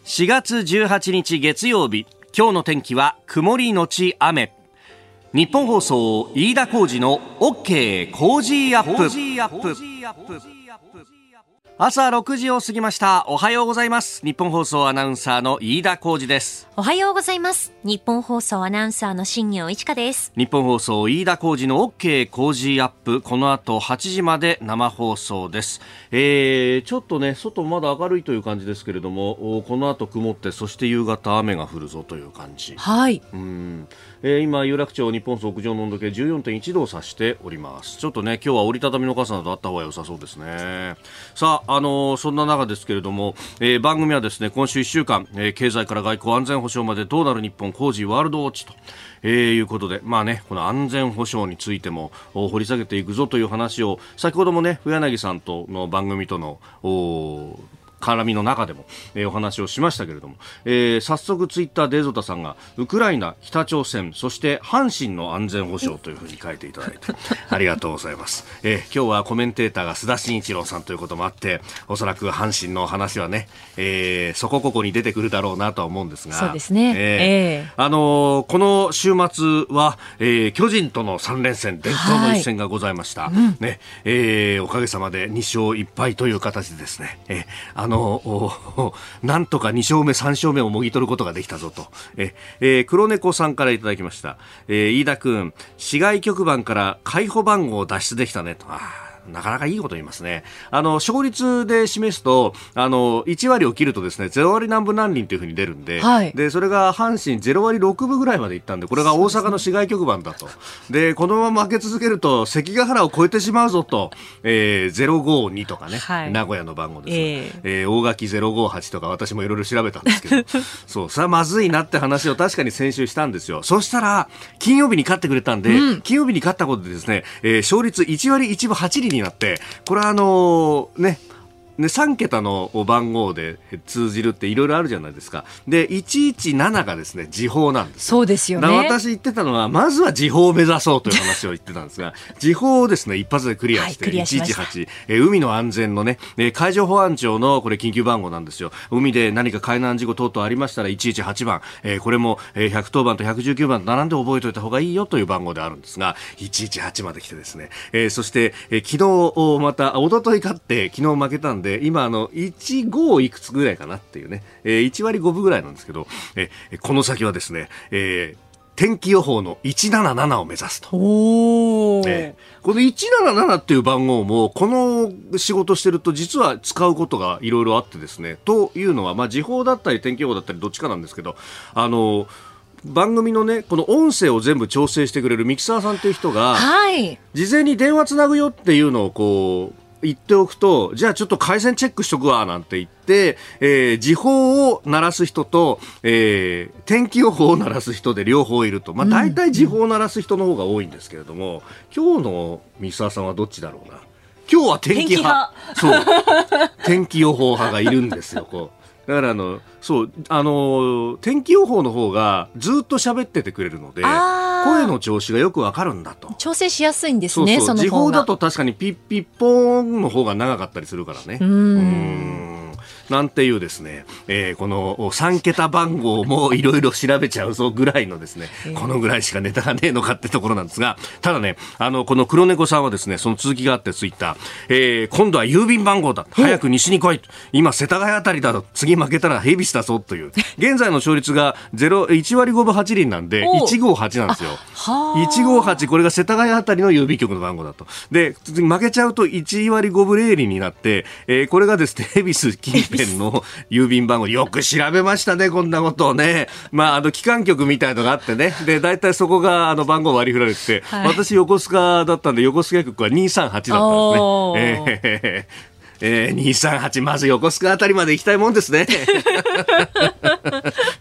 4月18日月曜日、今日の天気は曇りのち雨。日本放送飯田浩司の OK コージーアップ。朝6時を過ぎました。おはようございます。日本放送アナウンサーの飯田浩司です。 おはようございます。日本放送アナウンサーの新業一華です。 日本放送飯田浩司の OK コージーアップ、この後8時まで生放送です。ちょっとね、外まだ明るいという感じですけれども、この後曇って、そして夕方雨が降るぞという感じ。 はい。 今有楽町日本屋上の温度計 14.1 度を指しております。ちょっとね、今日は折りたたみの傘などあった方が良さそうですね。さあ、そんな中ですけれども、番組はですね、今週1週間、経済から外交安全保障までどうなる日本コージーワールドウォッチということで、まあね、この安全保障についても掘り下げていくぞという話を、先ほどもね、上柳さんとの番組との絡みの中でも、お話をしましたけれども、早速ツイッターでエゾタさんがウクライナ、北朝鮮、そして阪神の安全保障というふうに書いていただいてありがとうございます。今日はコメンテーターが須田慎一郎さんということもあって、おそらく阪神の話はね、そこここに出てくるだろうなとは思うんですが、 そうですね。 この週末は、巨人との3連戦、伝統の一戦がございました、ね。おかげさまで2勝1敗という形でですね、なんとか2勝目3勝目をもぎ取ることができたぞと。黒猫さんからいただきました。飯田君、市外局番から海保番号を脱出できたねと。なかなかいいこと言いますね。勝率で示すと、1割を切るとですね、0割何分何厘というふうに出るんで、はい、で、それが阪神0割6分ぐらいまでいったんで、これが大阪の市外局番だと。で、このまま負け続けると、関ヶ原を超えてしまうぞと、052とかね、はい、名古屋の番号ですが、大垣058とか私もいろいろ調べたんですけど、そう、それはまずいなって話を確かに先週したんですよ。そしたら、金曜日に勝ってくれたんで、金曜日に勝ったことでですね、勝率1割1分8厘になって、これは3桁の番号で通じるっていろいろあるじゃないですか。で、117がですね、時報なんです。 そうですよね。 私言ってたのは、まずは時報を目指そうという話を言ってたんですが、時報をですね、一発でクリアして、118、海の安全のね、海上保安庁のこれ緊急番号なんですよ。海で何か海難事故等々ありましたら、118番、これも110番と119番と並んで覚えておいた方がいいよという番号であるんですが、118まで来てですね、そして、昨日また、一昨日勝って、昨日負けたんで、今15いくつぐらいかなっていうね、1割5分ぐらいなんですけど、この先はですね、天気予報の177を目指すと。この177っていう番号もこの仕事してると実は使うことがいろいろあってですね、というのは、時報だったり天気予報だったりどっちかなんですけど、番組のね、この音声を全部調整してくれるミキサーさんっていう人が、はい、事前に電話つなぐよっていうのをこう言っておくと、じゃあちょっと回線チェックしとくわなんて言って、時報を鳴らす人と、天気予報を鳴らす人で両方いると、大体時報を鳴らす人の方が多いんですけれども、今日のミキサーさんはどっちだろうな。今日は天気派。そう。天気予報派がいるんですよ、こう。だから天気予報の方がずっと喋っててくれるので、声の調子がよくわかるんだと。 調整しやすいんですね。その方が。 時報だと確かにピッピッポーンの方が長かったりするからね。なんていうですね、この3桁番号もいろいろ調べちゃうぞぐらいのですね、このぐらいしかネタがねえのかってところなんですが、ただね、この黒猫さんはですね、その続きがあってツイッター、今度は郵便番号だ。早く西に来い。今世田谷あたりだろ。次負けたらヘビスだぞという。現在の勝率が1割5分8厘なんで、158なんですよ。158、これが世田谷あたりの郵便局の番号だと。で、負けちゃうと1割5分0厘になって、これがですね、ヘビス近辺の郵便番号、よく調べましたね、こんなことをね。機関局みたいのがあってね。で、大体そこが番号割り振られてて、はい、私横須賀だったんで、横須賀局は238だったんですね。238、まず横須賀あたりまで行きたいもんですね。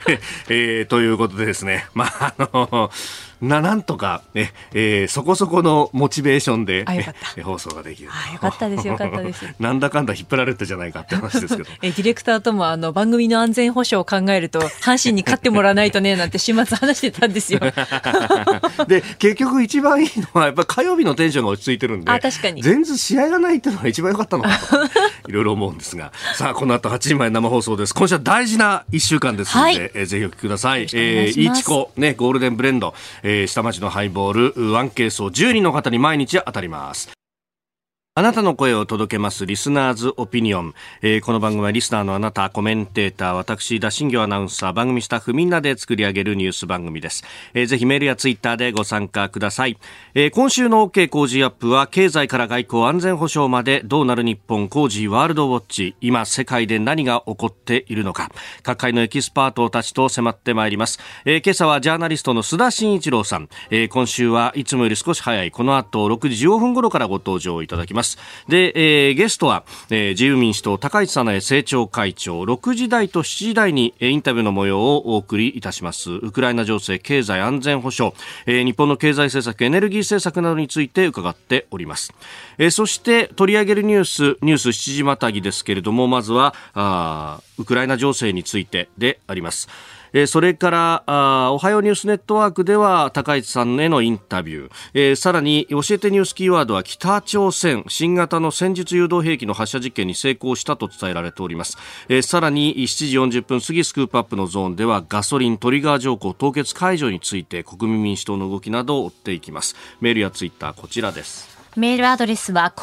ということでですね、なんとか、そこそこのモチベーションで、放送ができる。 よかったですよかったです。 なんだかんだ引っ張られたじゃないかって話ですけどディレクターとも番組の安全保障を考えると阪神に勝ってもらわないとねなんて週末話してたんですよで結局一番いいのはやっぱり火曜日のテンションが落ち着いてるんで、 確かに前日試合がないっていうのが一番良かったのかといろいろ思うんですが、さあこの後8時前生放送です。今週は大事な1週間ですので、ぜひお聞きください。イーチコ、ゴールデンブレンド、下町のハイボール1ケースを10人の方に毎日当たります。あなたの声を届けますリスナーズオピニオン、この番組はリスナーのあなた、コメンテーター、私田新行アナウンサー、番組スタッフみんなで作り上げるニュース番組です。ぜひメールやツイッターでご参加ください。今週の OK 工事アップは経済から外交安全保障までどうなる日本工事ワールドウォッチ、今世界で何が起こっているのか、各界のエキスパートたちと迫ってまいります。今朝はジャーナリストの須田慎一郎さん、今週はいつもより少し早いこの後6時15分頃からご登場いただきます。で、ゲストは、自由民主党高市早苗政調会長、6時台と7時台にインタビューの模様をお送りいたします。ウクライナ情勢、経済安全保障、日本の経済政策、エネルギー政策などについて伺っております。そして取り上げるニュース7時またぎですけれども、まずはウクライナ情勢についてであります。それからおはようニュースネットワークでは高市さんへのインタビュー、さらに教えてニュースキーワードは北朝鮮新型の戦術誘導兵器の発射実験に成功したと伝えられております。さらに7時40分過ぎスクープアップのゾーンではガソリントリガー条項凍結解除について国民民主党の動きなどを追っていきます。メールやツイッターこちらです。 メールアドレスは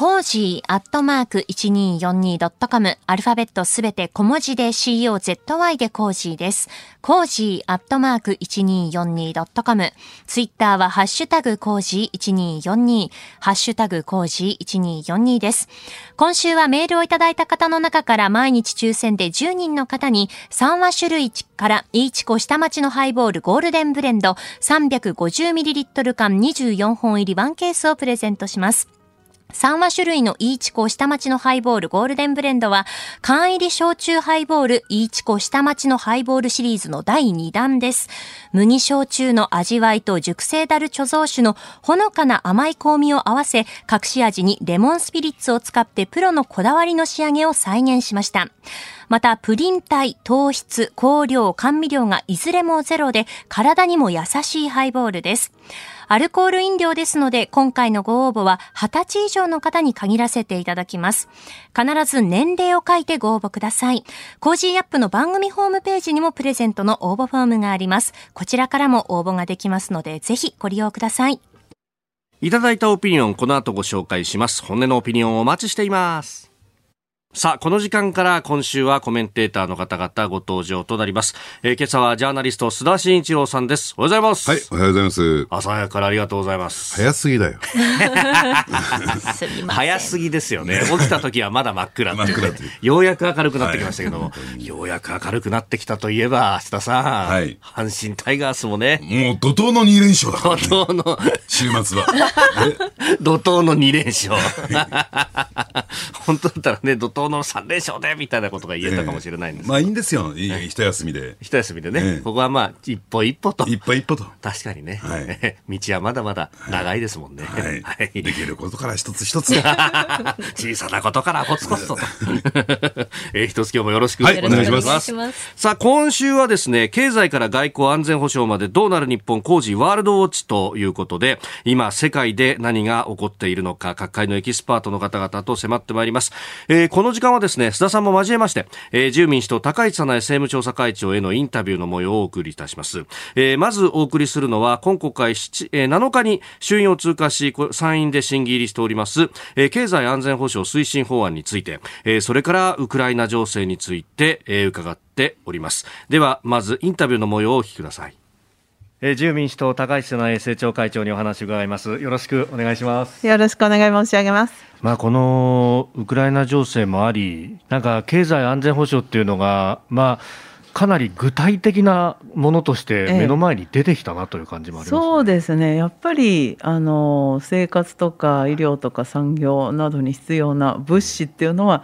cozy@1242.com、 アルファベットすべて小文字で COZY でcozyです。cozy@1242.com、 ツイッターはハッシュタグcozy1242、ハッシュタグcozy1242です。今週はメールをいただいた方の中から毎日抽選で10人の方に3話種類からイーチコ下町のハイボールゴールデンブレンド 350ml 缶24本入り1ケースをプレゼントします。3話種類のイーチコ下町のハイボールゴールデンブレンドは缶入り焼酎ハイボールイーチコ下町のハイボールシリーズの第2弾です。麦焼酎の味わいと熟成ダル貯蔵酒のほのかな甘い香味を合わせ、隠し味にレモンスピリッツを使ってプロのこだわりの仕上げを再現しました。またプリン体、糖質、香料、甘味料がいずれもゼロで体にも優しいハイボールです。アルコール飲料ですので今回のご応募は20歳以上の方に限らせていただきます。必ず年齢を書いてご応募ください。コージーアップの番組ホームページにもプレゼントの応募フォームがあります。こちらからも応募ができますのでぜひご利用ください。 いただいたオピニオンこの後ご紹介します。本音のオピニオンをお待ちしています。さあこの時間から今週はコメンテーターの方々ご登場となります。今朝はジャーナリスト須田慎一郎さんです。おはようございます。 はい、おはようございます。 朝早くからありがとうございます。 早すぎだよ早すぎですよね。起きた時はまだ真っ暗っていう、ようやく明るくなってきましたけども、ようやく明るくなってきたといえば須田さん、阪神タイガースもね、 もう怒涛の2連勝だから、 怒涛の週末は怒涛の2連勝本当だったらね、怒涛の3連勝でみたいなことが言えたかもしれないんですけど、 まあいいんですよ、一休みでね、ここはまあ一歩一歩と確かにね、道はまだまだ長いですもんね、 できることから一つ一つ小さなことからコツコツと一つ今日もよろしくお願いします。さあ今週はですね、経済から外交安全保障までどうなる日本工事ワールドウォッチということで、今世界で何が起こっているのか各界のエキスパートの方々と迫ってまいります。この時間はですね、須田さんも交えまして、自由民主党高市早苗政務調査会長へのインタビューの模様をお送りいたします。まずお送りするのは今国会7日に衆院を通過し参院で審議入りしております経済安全保障推進法案について、それからウクライナ情勢について、伺っております。ではまずインタビューの模様をお聞きください。自由民主党高市早苗政調会長にお話を伺います。よろしくお願いします。 よろしくお願い申し上げます。 このウクライナ情勢もあり、なんか経済安全保障っていうのが、かなり具体的なものとして目の前に出てきたなという感じもありますね。 そうですね、やっぱり生活とか医療とか産業などに必要な物資っていうのは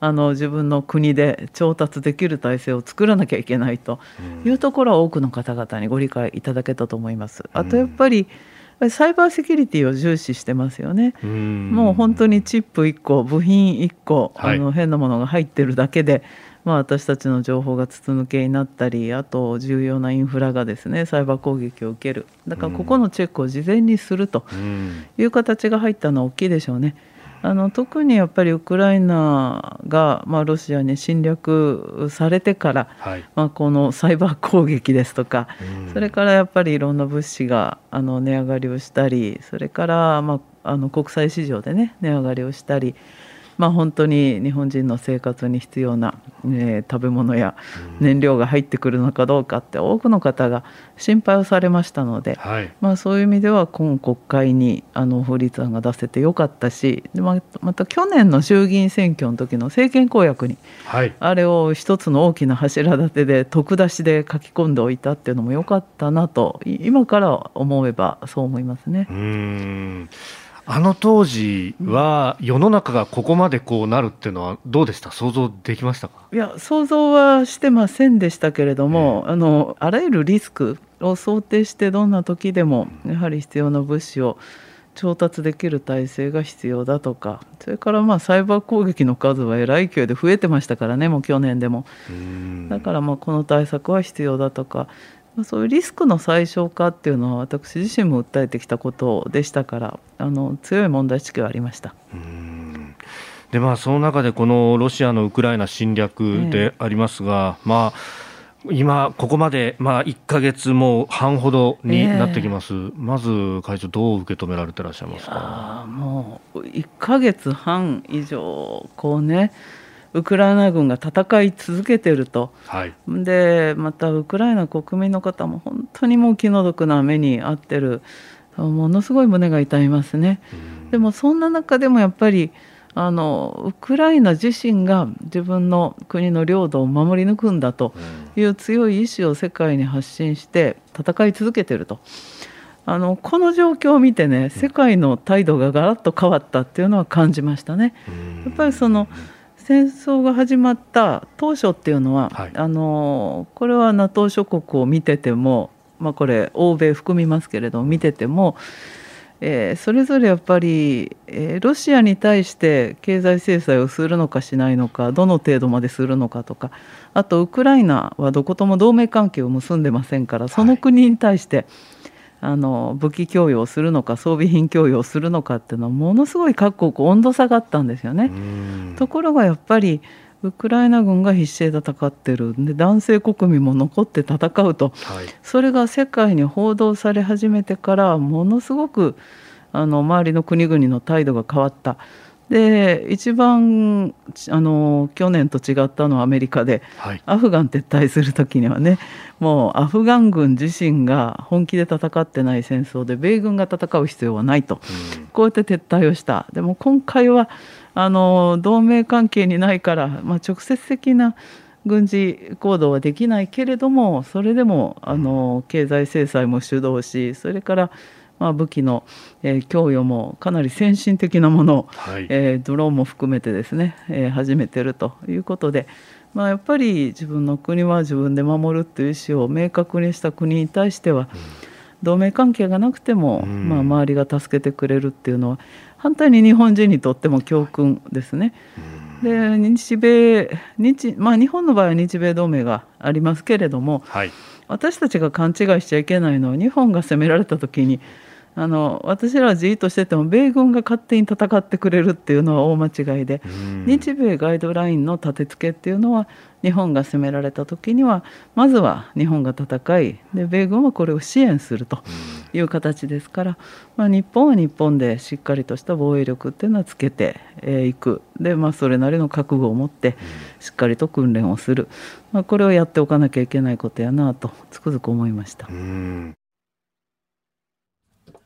自分の国で調達できる体制を作らなきゃいけないというところは多くの方々にご理解いただけたと思います。あとやっぱりサイバーセキュリティを重視してますよね。もう本当にチップ1個部品1個、変なものが入ってるだけで、私たちの情報が筒抜けになったり、あと重要なインフラがですねサイバー攻撃を受ける。だからここのチェックを事前にするという形が入ったのは大きいでしょうね。特にやっぱりウクライナが、ロシアに侵略されてから、このサイバー攻撃ですとか、それからやっぱりいろんな物資が値上がりをしたり、それから、国際市場でね値上がりをしたり、本当に日本人の生活に必要な、食べ物や燃料が入ってくるのかどうかって多くの方が心配をされましたので、そういう意味では今国会に法律案が出せてよかったし、また去年の衆議院選挙の時の政権公約に、あれを一つの大きな柱立てで徳出しで書き込んでおいたっていうのもよかったなと今から思えばそう思いますね。 あの当時は世の中がここまでこうなるっていうのはどうでした？想像できましたか？ いや、想像はしてませんでしたけれども、あらゆるリスクを想定してどんな時でもやはり必要な物資を調達できる体制が必要だとか、それからサイバー攻撃の数はえらい勢いで増えてましたからね、もう去年でも。だからこの対策は必要だとか、そういうリスクの最小化っていうのは私自身も訴えてきたことでしたから、強い問題意識はありました。 でその中でこのロシアのウクライナ侵略でありますが、今ここまで1ヶ月も半ほどになってきます。まず会長どう受け止められてらっしゃいますか？ もう1ヶ月半以上ウクライナ軍が戦い続けていると、でまたウクライナ国民の方も本当にもう気の毒な目に遭ってる、ものすごい胸が痛みますね。でもそんな中でもやっぱりウクライナ自身が自分の国の領土を守り抜くんだという強い意志を世界に発信して戦い続けていると、この状況を見てね、世界の態度がガラッと変わったっていうのは感じましたね。やっぱり戦争が始まった当初っていうのは、これは NATO 諸国を見てても、これ欧米含みますけれども見てても、それぞれやっぱり、ロシアに対して経済制裁をするのかしないのか、どの程度までするのかとか、あとウクライナはどことも同盟関係を結んでませんから、その国に対して武器供与をするのか装備品供与をするのかっていうのはものすごい各国温度差があったんですよね。ところがやっぱりウクライナ軍が必死で戦ってるんで、男性国民も残って戦うと、それが世界に報道され始めてからものすごく周りの国々の態度が変わった。で一番去年と違ったのはアメリカで、アフガン撤退するときにはね、もうアフガン軍自身が本気で戦ってない戦争で米軍が戦う必要はないと、こうやって撤退をした。でも今回は同盟関係にないから、直接的な軍事行動はできないけれども、それでも経済制裁も主導し、それから武器の、供与もかなり先進的なものを、ドローンも含めてですね、始めているということで、やっぱり自分の国は自分で守るという意思を明確にした国に対しては、同盟関係がなくても、周りが助けてくれるっていうのは反対に日本人にとっても教訓ですね。で日本の場合は日米同盟がありますけれども、私たちが勘違いしちゃいけないのは、日本が攻められた時に私らはじっとしてても米軍が勝手に戦ってくれるっていうのは大間違いで、日米ガイドラインの立て付けっていうのは、日本が攻められた時にはまずは日本が戦い、で米軍はこれを支援するという形ですから、日本は日本でしっかりとした防衛力っていうのはつけていく。で、それなりの覚悟を持ってしっかりと訓練をする、これをやっておかなきゃいけないことやなとつくづく思いました。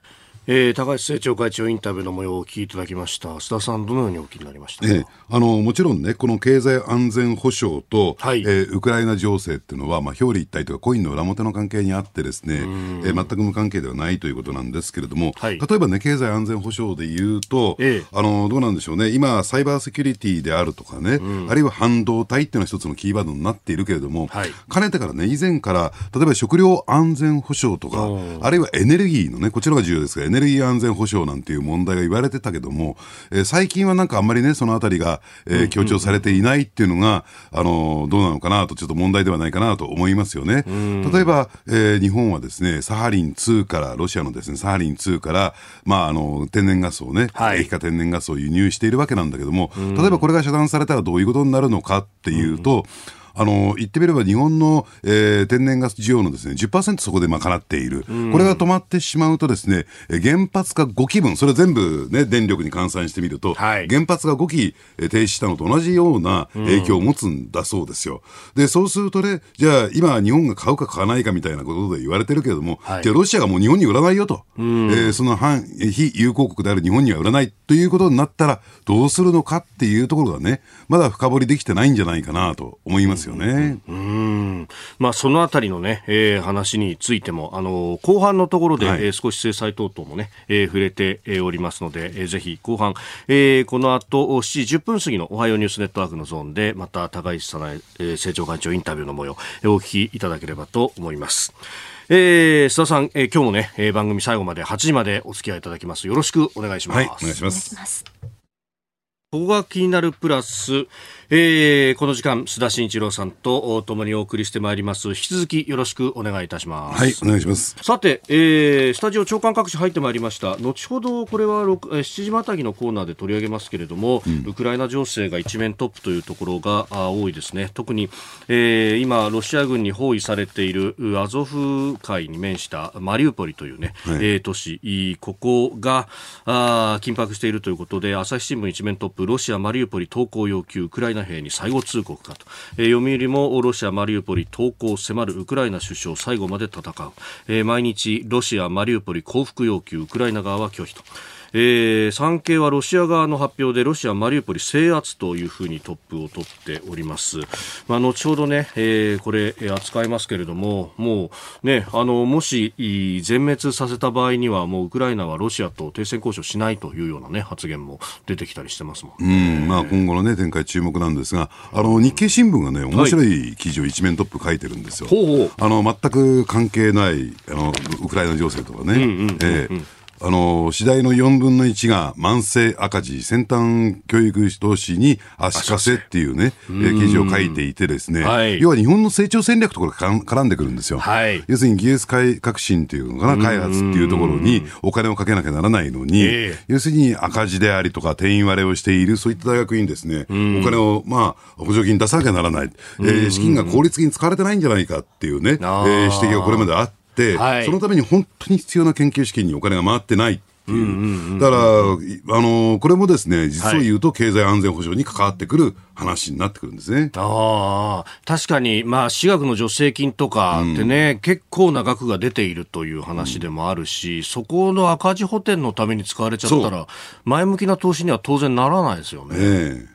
高橋政調会長インタビューの模様をお聞きいただきました。須田さん、どのようにお聞きになりましたか？ もちろんね、この経済安全保障と、 はい、 ウクライナ情勢っていうのは、表裏一体というかコインの裏表の関係にあってですね、全く無関係ではないということなんですけれども、はい、例えばね、経済安全保障でいうと、どうなんでしょうね、今サイバーセキュリティであるとかね、あるいは半導体っていうのは一つのキーワードになっているけれども、はい、かねてからね、以前から例えば食料安全保障とか、あるいはエネルギーのね、こちらが重要ですが、エネルギー安全保障なんていう問題が言われてたけども、最近はなんかあんまりね、そのあたりが、強調されていないっていうのが、どうなのかなと、ちょっと問題ではないかなと思いますよね。例えば、日本はですね、サハリン2から、ロシアのですね、サハリン2から、天然ガスをね、液化天然ガスを輸入しているわけなんだけども、例えばこれが遮断されたらどういうことになるのかっていうと、言ってみれば日本の、天然ガス需要のですね 10% そこで賄っている、これが止まってしまうとですね、原発が5基分、それ全部ね電力に換算してみると、はい、原発が5基停止したのと同じような影響を持つんだそうですよ。でそうするとね、じゃあ今日本が買うか買わないかみたいなことで言われてるけれども、はい、じゃあロシアがもう日本に売らないよと、その非友好国である日本には売らないということになったらどうするのかっていうところがね、まだ深掘りできてないんじゃないかなと思いますよね。 そのあたりのね、話についても後半のところで、はい、少し制裁等々もね、触れて、おりますので、ぜひ後半、この後7時10分過ぎのおはようニュースネットワークのゾーンでまた高市早苗、政調会長インタビューの模様、お聞きいただければと思います。須田さん、今日もね、番組最後まで8時までお付き合いいただきます。よろしくお願いします。 はい、お願いします。 ここが気になるプラス、この時間須田慎一郎さんと共にお送りしてまいります。引き続きよろしくお願いいたします。 はい、お願いします。 さて、スタジオ長官各紙入ってまいりました。後ほどこれは7時またぎのコーナーで取り上げますけれども、ウクライナ情勢が一面トップというところが多いですね。特に、今ロシア軍に包囲されているアゾフ海に面したマリウポリというね、はい、都市、ここが緊迫しているということで、朝日新聞一面トップ、ロシアマリウポリ投降要求、ウクライナ兵に最後通告かと、読売もロシアマリウポリ投降迫るウクライナ首相最後まで戦う、毎日ロシアマリウポリ降伏要求、ウクライナ側は拒否と。産経はロシア側の発表でロシアマリウポリ制圧というふうにトップを取っております。後ほどね、これ扱いますけれども、もうね、もし全滅させた場合にはもうウクライナはロシアと停戦交渉しないというようなね発言も出てきたりしてますもん。 今後のね展開注目なんですが、日経新聞がね面白い記事を一面トップ書いてるんですよ。全く関係ないウクライナ情勢とかね。次第の4分の1が慢性赤字、先端教育投資に足かせっていうね、記事を書いていてですね、はい、要は日本の成長戦略ところが絡んでくるんですよ。はい、要するに技術革新っていうのかな、開発っていうところにお金をかけなきゃならないのに、要するに赤字でありとか定員割れをしているそういった大学にですね、お金を補助金出さなきゃならない、資金が効率的に使われてないんじゃないかっていうね、指摘がこれまであって、はい、そのために本当に必要な研究資金にお金が回ってないっていう、だからこれもですね、実を言うと経済安全保障に関わってくる話になってくるんですね。 確かに、私学の助成金とかってね、結構な額が出ているという話でもあるし、そこの赤字補填のために使われちゃったら前向きな投資には当然ならないですよね。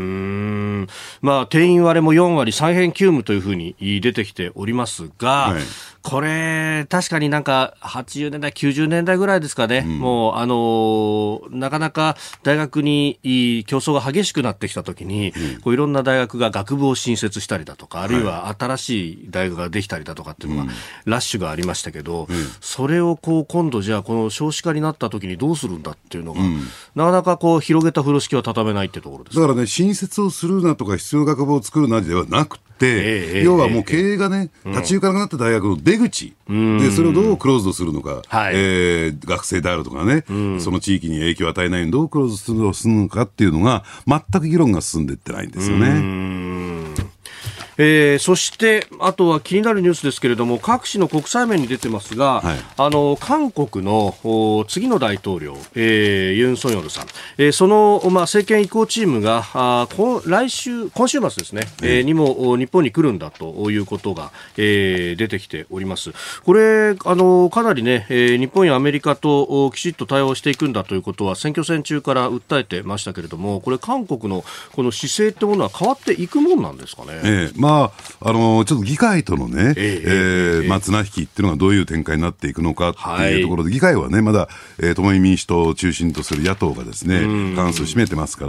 定員割れも4割再編急務というふうに出てきておりますが、はい、これ確かになんか80年代90年代ぐらいですかね、もうなかなか大学に競争が激しくなってきたときに、こういろんな大学が学部を新設したりだとか、あるいは新しい大学ができたりだとかっていうのが、ラッシュがありましたけど、それを今度じゃあこの少子化になったときにどうするんだっていうのが、なかなか広げた風呂敷は畳めないってところです。 だからね、新設をするなとか必要な学部を作るなではなくて、要はもう経営がね、立ち行かなくなった大学の出口、でそれをどうクローズドするのか、学生であるとかね、その地域に影響を与えないようにどうクローズドするのかっていうのが全く議論が進んでいってないんですよね。 そしてあとは気になるニュースですけれども、各紙の国際面に出てますが、韓国の次の大統領、ユン・ソンヨルさん、その、政権移行チームが今週末ですね、にも日本に来るんだということが、出てきております。これかなりね、日本やアメリカときちっと対応していくんだということは選挙戦中から訴えてましたけれども、これ韓国のこの姿勢ってものは変わっていくもんなんですかね。 ちょっと議会とのね、綱引きっていうのがどういう展開になっていくのかっていうところで、議会はね、まだ、共に民主党を中心とする野党がですね、過半数を占めてますから、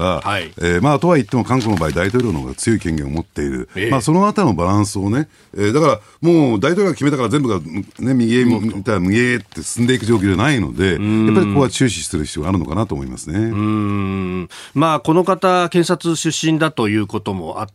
とは言っても韓国の場合大統領の方が強い権限を持っている。そのあたりのバランスをね、だからもう大統領が決めたから全部が、ね、右へ見たら右へって進んでいく状況じゃないので、やっぱりここは注視する必要があるのかなと思いますね。 この方検察出身だということもあって、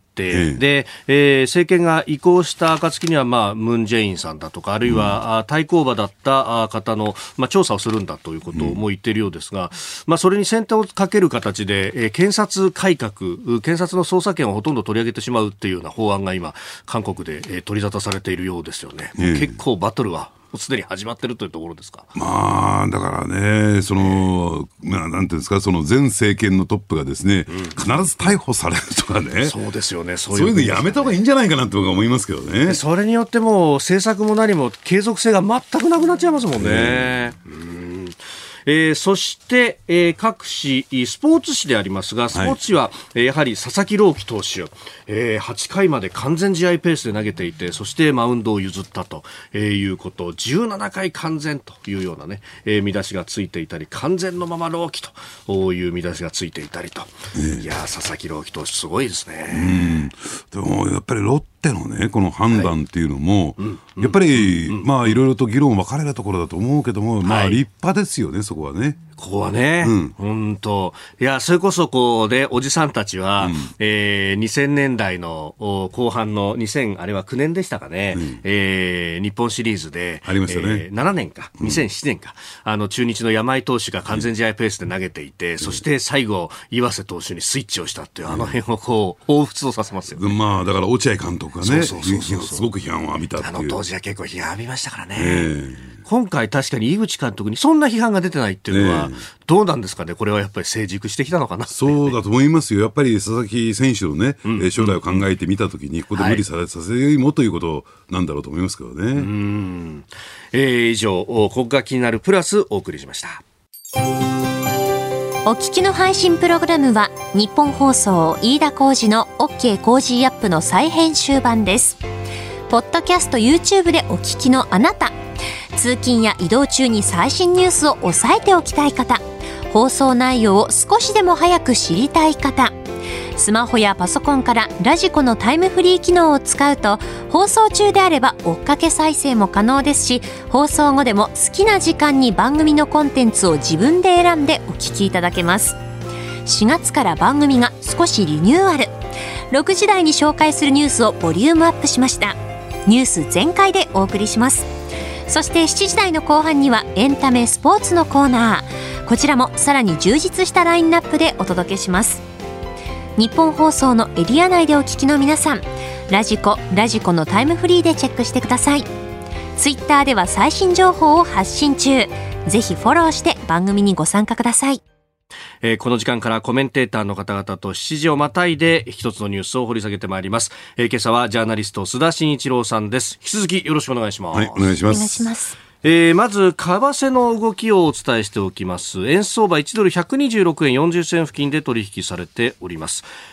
で、政権が移行した暁には、ムン・ジェインさんだとか、あるいは対抗馬だった方の、調査をするんだということも言っているようですが、それに先手をかける形で、検察改革、検察の捜査権をほとんど取り上げてしまうっていうような法案が今韓国で、取り沙汰されているようですよね。結構バトルはすでに始まっているというところですか。 だからね、なんていうんですか、その前政権のトップがですね、必ず逮捕されるとかね。 そうですよね。そういうのやめた方がいいんじゃないかなって僕は思いますけどね。 それによってもう政策も何も継続性が全くなくなっちゃいますもんね。そして、各紙スポーツ紙でありますが、スポーツ紙は、やはり佐々木朗希投手、8回まで完全試合ペースで投げていて、そしてマウンドを譲ったということ、17回完全というようなね、見出しがついていたり、完全のまま朗希という見出しがついていたりと、いや佐々木朗希投手すごいですね。 でもやっぱりロッテのね、この判断っていうのも、やっぱり、いろいろと議論分かれるところだと思うけども、立派ですよね、そこはね。 ここはね、本当、いや、それこそこうで、おじさんたちは、2000年代の後半のあれは9年でしたかね、日本シリーズで、 ありましたね。 7年か、2007年か、中日の山井投手が完全試合ペースで投げていて、そして最後、岩瀬投手にスイッチをしたっていう、あの辺をこう、彷彿とさせますよね。 だから落合監督がね、すごく批判を浴びたっていう。 あの当時は結構批判浴びましたからね。今回確かに井口監督にそんな批判が出てないっていうのはどうなんですかね。これはやっぱり成熟してきたのかな。 そうだと思いますよ。やっぱり佐々木選手のね、将来を考えてみたときにここで無理させるよりもということなんだろうと思いますけどね。 以上、ここが気になるプラスお送りしました。 お聞きの配信プログラムは日本放送飯田浩司の OK コージーアップの再編集版です。ポッドキャスト YouTube でお聞きのあなた、通勤や移動中に最新ニュースを押さえておきたい方、放送内容を少しでも早く知りたい方、スマホやパソコンからラジコのタイムフリー機能を使うと放送中であれば追っかけ再生も可能ですし、放送後でも好きな時間に番組のコンテンツを自分で選んでお聞きいただけます。4月から番組が少しリニューアル、6時台に紹介するニュースをボリュームアップしました。ニュース全開でお送りします。そして7時台の後半にはエンタメスポーツのコーナー、こちらもさらに充実したラインナップでお届けします。日本放送のエリア内でお聞きの皆さん、ラジコのタイムフリーでチェックしてください。ツイッターでは最新情報を発信中、ぜひフォローして番組にご参加ください。 この時間からコメンテーターの方々と7時をまたいで一つのニュースを掘り下げてまいります。今朝はジャーナリスト須田慎一郎さんです。引き続きよろしくお願いします。 はい、お願いします。 まず為替の動きをお伝えしておきます。円相場1ドル126円40銭付近で取引されております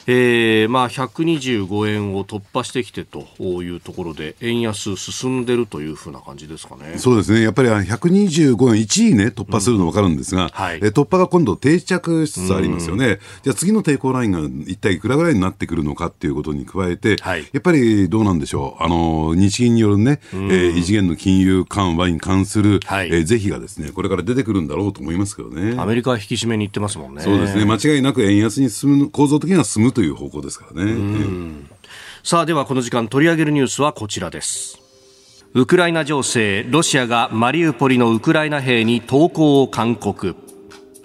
。125円を突破してきてというところで円安進んでるというふうな感じですかね。 そうですね。やっぱり125円1位ね突破するの分かるんですが、突破が今度定着しつつありますよね。じゃあ次の抵抗ラインが一体いくらぐらいになってくるのかっていうことに加えて、やっぱりどうなんでしょう。日銀によるね、異次元の金融緩和に関する、是非がですねこれから出てくるんだろうと思いますけどね。 アメリカは引き締めに行ってますもんね。 そうですね。間違いなく円安に進む、構造的には進むという方向ですからね。 さあではこの時間取り上げるニュースはこちらです。ウクライナ情勢、ロシアがマリウポリのウクライナ兵に投降を勧告。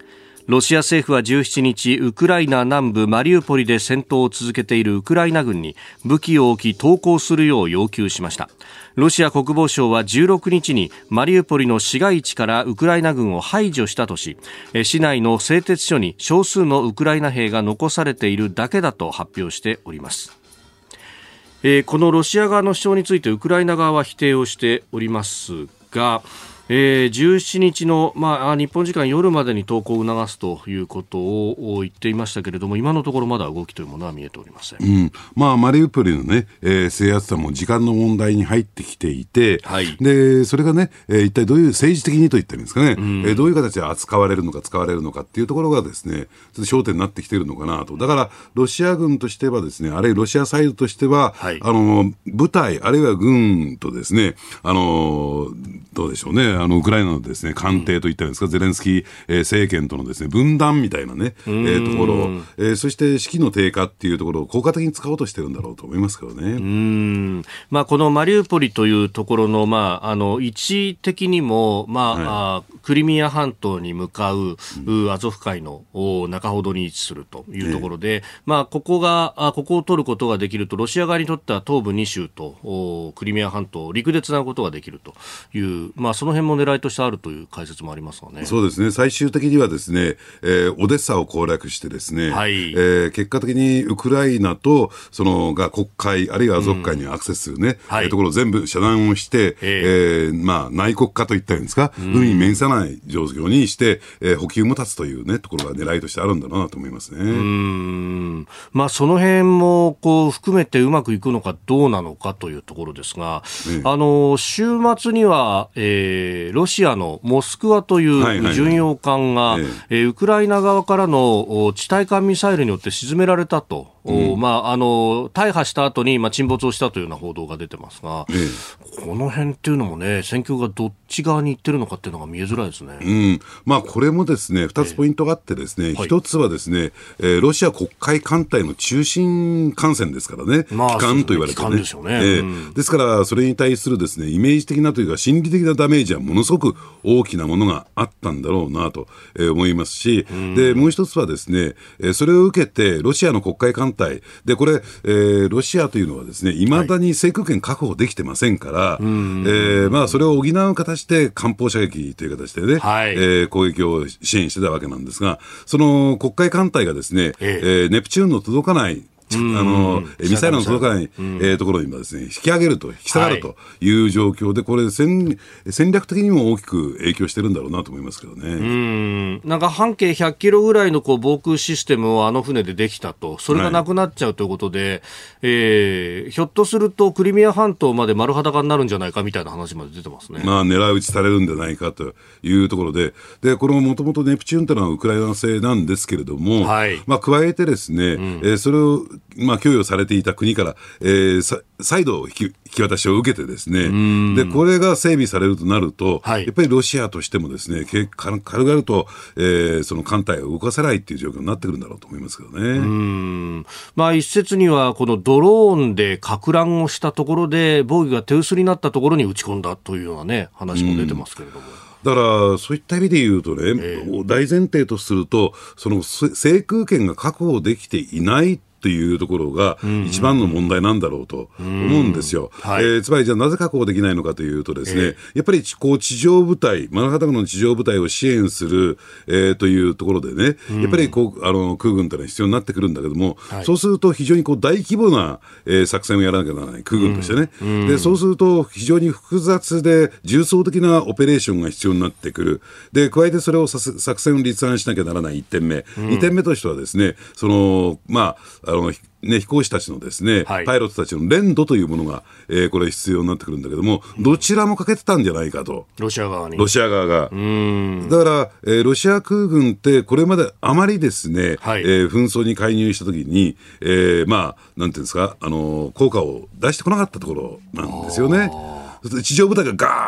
ロシア政府は17日、ウクライナ南部マリウポリで戦闘を続けているウクライナ軍に武器を置き投降するよう要求しました。ロシア国防省は16日にマリウポリの市街地からウクライナ軍を排除したとし、市内の製鉄所に少数のウクライナ兵が残されているだけだと発表しております。このロシア側の主張についてウクライナ側は否定をしておりますが、17日の、日本時間夜までに投降を促すということを言っていましたけれども、今のところまだ動きというものは見えておりません。 マリウポリの、ね制圧はもう時間の問題に入ってきていて、はい、でそれがね、一体どういう政治的にといったらいいんですかね、どういう形で扱われるのか使われるのかっていうところがですね、ちょっと焦点になってきているのかなと。だからロシア軍としてはですね、あるいはロシアサイドとしては、はい、部隊あるいは軍とですね、どうでしょうね、ウクライナのですね官邸といったんですか、ゼレンスキー、政権とのですね分断みたいなね、ところ、そして士気の低下っていうところを効果的に使おうとしてるんだろうと思いますけどね。 このマリウポリというところの、位置的にも、クリミア半島に向かう、アゾフ海の中ほどに位置するというところで、ここを取ることができると、ロシア側にとっては東部2州とクリミア半島を陸でつなぐことができるという、その辺も狙いとしてあるという解説もありますがね。 そうですね、最終的にはですね、オデッサを攻略してですね、はい、結果的にウクライナとが黒海あるいはアゾフ海にアクセスするね、ところを全部遮断をして、内国化といったらいいんですか、海に面さない状況にして、補給も立つというねところが狙いとしてあるんだろうなと思いますね。 その辺も含めてうまくいくのかどうなのかというところですが、週末には、ロシアのモスクワという巡洋艦が、ウクライナ側からの地対艦ミサイルによって沈められたと、大破した後に、沈没をしたというような報道が出てますが、この辺っていうのもね、戦況がどっち側に行ってるのかっていうのが見えづらいですね。 これもですね、2つポイントがあってですね、1つはですね、ロシア黒海艦隊の中心艦船ですからね、旗艦と言われてね。ですから、それに対するですね、イメージ的なというか心理的なダメージはものすごく大きなものがあったんだろうなと思いますし、でもう一つはですね、それを受けてロシアの黒海艦隊で、これ、ロシアというのはですね、未だに制空権確保できてませんから、それを補う形で艦砲射撃という形でね、攻撃を支援してたわけなんですが、その黒海艦隊がですね、ネプチューンの届かないミサイルの届かない、ところにもですね、引き上げると、引き下がるという状況で、これ戦略的にも大きく影響してるんだろうなと思いますけどね。 なんか半径100キロぐらいの防空システムをあの船でできたと、それがなくなっちゃうということで、ひょっとするとクリミア半島まで丸裸になるんじゃないかみたいな話まで出てますね。 狙い撃ちされるんじゃないかというところで、これもともとネプチューンというのはウクライナ製なんですけれども、加えてですね、それを供与されていた国から、再度引き渡しを受けてですね、でこれが整備されるとなると、やっぱりロシアとしてもですね、軽々と、その艦隊を動かせないっていう状況になってくるんだろうと思いますけどね。 一説にはこのドローンで撹乱をしたところで防御が手薄になったところに撃ち込んだというようなね話も出てますけれども、 だからそういった意味で言うとね、大前提とすると、その制空権が確保できていないっていうところが一番の問題なんだろうと思うんですよ。つまりじゃあなぜ確保できないのかというとですね、やっぱり地上部隊、マンハッタンの地上部隊を支援する、というところでね、やっぱり空軍というのは必要になってくるんだけども、そうすると非常に大規模な、作戦をやらなきゃならない、空軍としてね。でそうすると非常に複雑で重層的なオペレーションが必要になってくる。で加えてそれを作戦を立案しなきゃならない1点目、2点目としてはですね、飛行士たちのですね、パイロットたちの連動というものが、これ必要になってくるんだけども、どちらも欠けてたんじゃないかと。 ロシア側が。だから、ロシア空軍ってこれまであまりですね、紛争に介入したときに、なんていうんですか、効果を出してこなかったところなんですよね。地上部隊がガー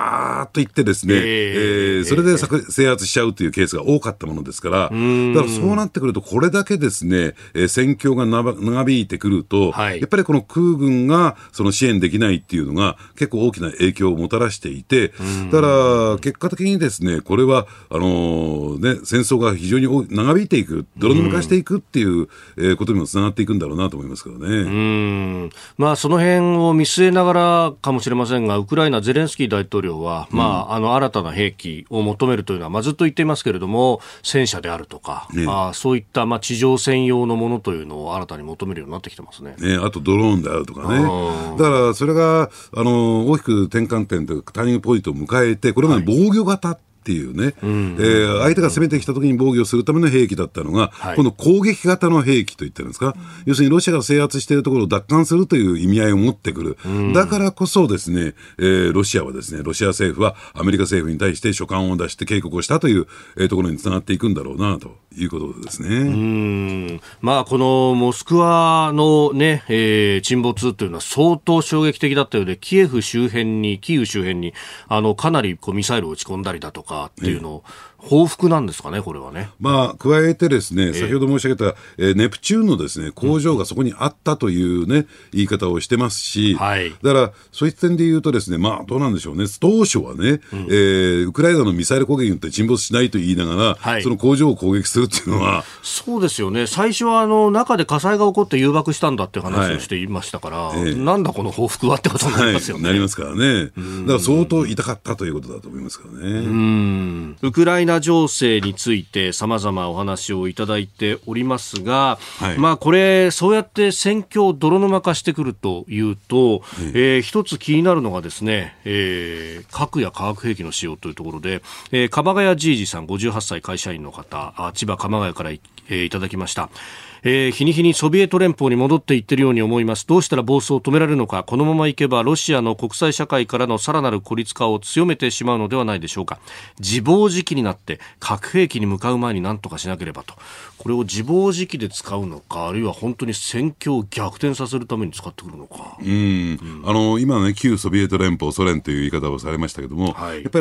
ーっと行ってですね、それで制圧しちゃうというケースが多かったものですから、だからそうなってくると、これだけですね、戦況が長引いてくると、やっぱりこの空軍がその支援できないっていうのが結構大きな影響をもたらしていて、だから結果的にですね、これは戦争が非常に長引いていく、泥沼化していくっていう、ことにもつながっていくんだろうなと思いますけどね。 まあ、その辺を見据えながらかもしれませんが、ウクライナゼレンスキー大統領は、新たな兵器を求めるというのは、ずっと言っていますけれども、戦車であるとか、そういった、地上戦用のものというのを新たに求めるようになってきてますね。 あとドローンであるとかね。だからそれが大きく転換点というかターニングポイントを迎えて、これまで防御型っていうね、相手が攻めてきたときに防御するための兵器だったのが、この攻撃型の兵器といってるんですか、要するにロシアが制圧しているところを奪還するという意味合いを持ってくる。だからこそですね、ロシアはですね、ロシア政府はアメリカ政府に対して書簡を出して警告をしたという、ところにつながっていくんだろうなということですね。 このモスクワのね、沈没というのは相当衝撃的だったようで、キーウ周辺にかなりミサイルを撃ち込んだりだとかっていうのを、報復なんですかね、これはね。 加えてですね、先ほど申し上げた、ネプチューンのですね、工場がそこにあったというね、言い方をしてますし、だからそういった点で言うとですね、どうなんでしょうね、当初はね、ウクライナのミサイル攻撃によって沈没しないと言いながら、その工場を攻撃するっていうのは、 そうですよね。最初は中で火災が起こって誘爆したんだって話をしていましたから、なんだこの報復はってことになりますよね。 なりますからね。だから相当痛かったということだと思いますからね。 ウクライナ情勢について様々お話をいただいておりますが、これそうやって戦況泥沼化してくるというと、一つ気になるのがですね、核や化学兵器の使用というところで、鎌ヶ谷じいじさん58歳会社員の方、千葉鎌ヶ谷からいただきました。日に日にソビエト連邦に戻っていっているように思います。どうしたら暴走を止められるのか。このままいけばロシアの国際社会からのさらなる孤立化を強めてしまうのではないでしょうか。自暴自棄になって核兵器に向かう前に何とかしなければと。これを自暴自棄で使うのか、あるいは本当に戦況を逆転させるために使ってくるのか。 今ね、旧ソビエト連邦ソ連という言い方をされましたけども、やっぱりプ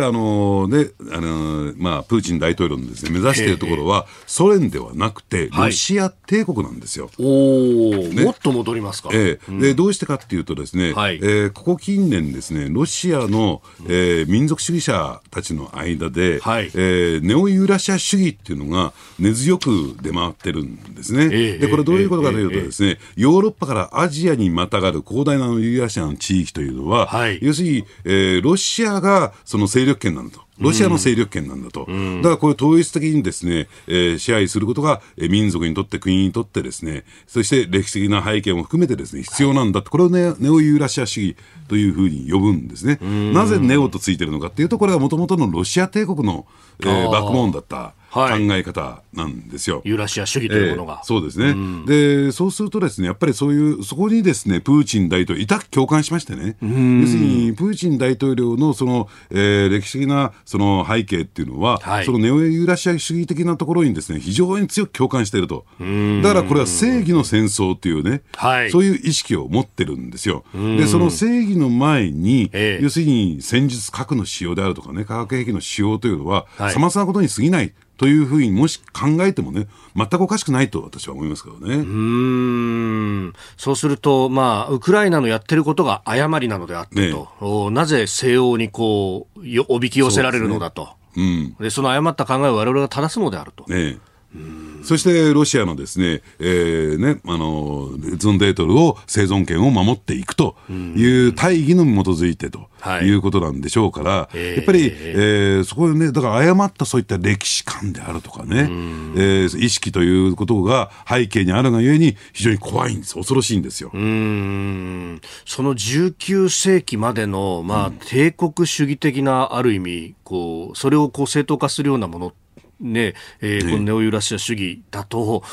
ーチン大統領のですね、目指しているところはソ連ではなくてロシア帝国なんですよ。 もっと戻りますか。 でどうしてかっていうとですね、ここ近年ですね、ロシアの、民族主義者たちの間で、ネオユーラシア主義っていうのが根強く出回ってるんですね。でこれどういうことかというとですね、ヨーロッパからアジアにまたがる広大なユーラシアの地域というのは、要するに、ロシアがその勢力圏なんだと。ロシアの勢力圏なんだと。だからこれ統一的にですね、支配することが民族にとって国にとってですね、そして歴史的な背景も含めてですね、必要なんだと。これをね、ネオユーラシア主義というふうに呼ぶんですね。なぜネオとついてるのかっていうと、これはもともとのロシア帝国の、バックボーンだった考え方なんですよ。 ユーラシア主義というものが。 そうですね。で、そうするとですね、やっぱりそこにですね、プーチン大統領、共感しましてね。要するに、プーチン大統領のその、歴史的なその背景っていうのは、そのネオユーラシア主義的なところにですね、非常に強く共感していると。だからこれは正義の戦争っていうね、そういう意識を持ってるんですよ。で、その正義の前に、要するに戦術核の使用であるとかね、化学兵器の使用というのは、さまつなことに過ぎない。というふうにもし考えてもね、全くおかしくないと私は思いますけどね。 そうすると、ウクライナのやってることが誤りなのであってと、なぜ西欧におびき寄せられるのだと。でその誤った考えを我々が正すのであると。 そしてロシアのですね、ズンデートルを生存権を守っていくという大義のに基づいてということなんでしょうから、やっぱり、そこでね、だから誤ったそういった歴史観であるとかね、意識ということが背景にあるがゆえに非常に怖いんです、恐ろしいんですよ。 その19世紀までの、帝国主義的なある意味それを正当化するようなものね、このネオユーラシア主義だと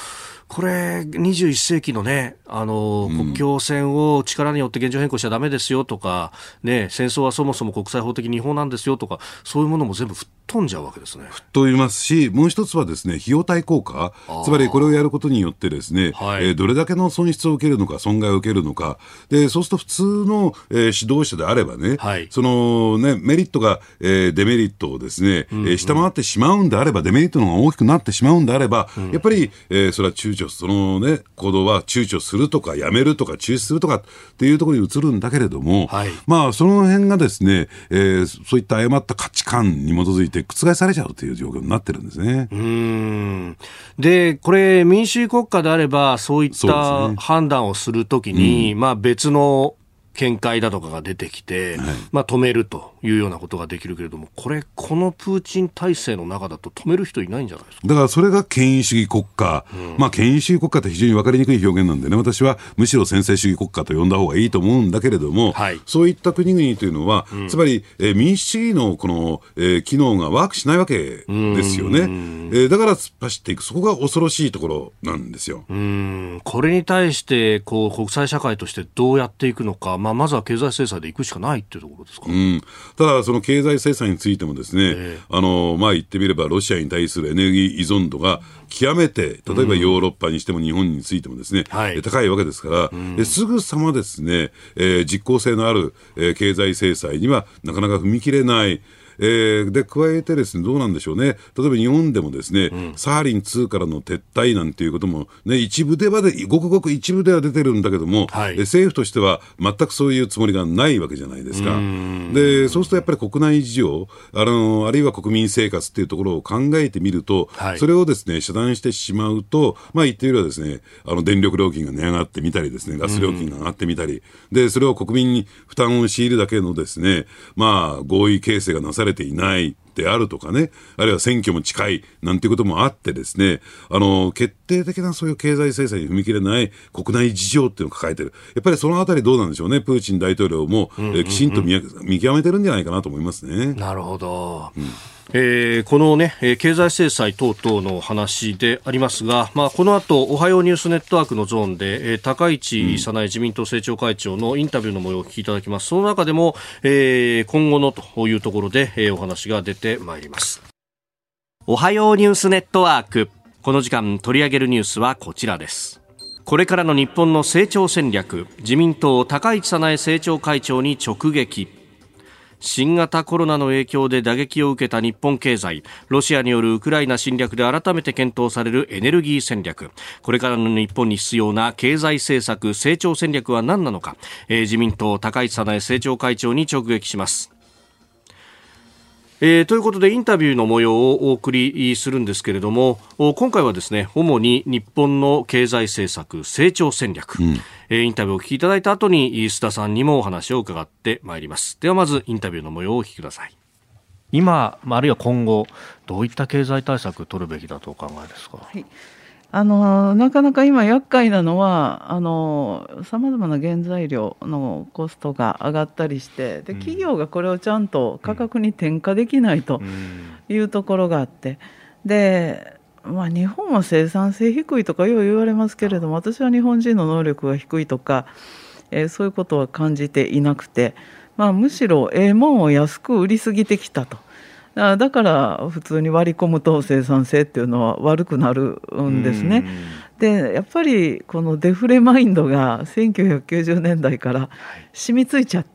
これ21世紀のね、国境線を力によって現状変更しちゃダメですよとか、ね、戦争はそもそも国際法的に違法なんですよとか、そういうものも全部吹っ飛んじゃうわけですね。 吹っ飛びますし、もう一つはですね、費用対効果、つまりこれをやることによってですね、どれだけの損失を受けるのか、損害を受けるのか、でそうすると普通の、指導者であればね、そのね、メリットが、デメリットをですね、下回ってしまうんであれば、デメリットの方が大きくなってしまうんであれば、やっぱり、それはそのね、行動は躊躇するとか、やめるとか、中止するとかっていうところに移るんだけれども、まあ、その辺がですね、そういった誤った価値観に基づいて覆されちゃうという状況になってるんですね。 で、これ、民主主義国家であれば、そういった判断をするときに、まあ、別の見解だとかが出てきて、まあ、止めるというようなことができるけれども、このプーチン体制の中だと止める人いないんじゃないですか。 だからそれが権威主義国家、まあ、権威主義国家って非常に分かりにくい表現なんでね、私はむしろ専制主義国家と呼んだ方がいいと思うんだけれども、そういった国々というのは、つまり、民主主義のこの、機能がワークしないわけですよね。だから突っ走っていく、そこが恐ろしいところなんですよ。 これに対してこう国際社会としてどうやっていくのか、まずは経済制裁でいくしかないっていうところですか。 ただその経済制裁についてもですね、まあ言ってみればロシアに対するエネルギー依存度が極めて、例えばヨーロッパにしても日本についてもですね、高いわけですから、すぐさまですね、実効性のある、経済制裁にはなかなか踏み切れない。で加えてですね、どうなんでしょうね、例えば日本でもですね、サハリン2からの撤退なんていうことも、ね、一部ではごくごく一部では出てるんだけども、政府としては全くそういうつもりがないわけじゃないですか。でそうするとやっぱり国内事情、あるいは国民生活っていうところを考えてみると、それをですね遮断してしまうと、まあ言ってみればですね、電力料金が値上がってみたりですね、ガス料金が上がってみたりで、それを国民に負担を強いるだけのですね、まあ合意形成がなされていないであるとかね、あるいは選挙も近いなんていうこともあってですね、決定的なそういう経済制裁に踏み切れない国内事情っていうのを抱えている。やっぱりそのあたりどうなんでしょうね、プーチン大統領も、きちんと見極めてるんじゃないかなと思いますね。 なるほど。このね、経済制裁等々の話でありますが、まあ、この後おはようニュースネットワークのゾーンで、高市早苗自民党政調会長のインタビューの模様をお聞きいただきます。その中でも、今後のというところで、お話が出てまいります。おはようニュースネットワーク、この時間取り上げるニュースはこちらです。これからの日本の成長戦略、自民党高市早苗政調会長に直撃。新型コロナの影響で打撃を受けた日本経済、ロシアによるウクライナ侵略で改めて検討されるエネルギー戦略、これからの日本に必要な経済政策、成長戦略は何なのか、自民党高市早苗政調会長に直撃します。ということでインタビューの模様をお送りするんですけれども、今回はですね、主に日本の経済政策、成長戦略、インタビューをお聞きいただいた後に須田さんにもお話を伺ってまいります。ではまずインタビューの模様をお聞きください。今、あるいは今後どういった経済対策を取るべきだとお考えですか。 なかなか今厄介なのはさまざまな原材料のコストが上がったりして、で企業がこれをちゃんと価格に転嫁できないというところがあって、で、日本は生産性低いとかよう言われますけれども、私は日本人の能力が低いとか、そういうことは感じていなくて、むしろもんを安く売りすぎてきたと。だから普通に割り込むと生産性っていうのは悪くなるんですね。でやっぱりこのデフレマインドが1990年代から染みついちゃって、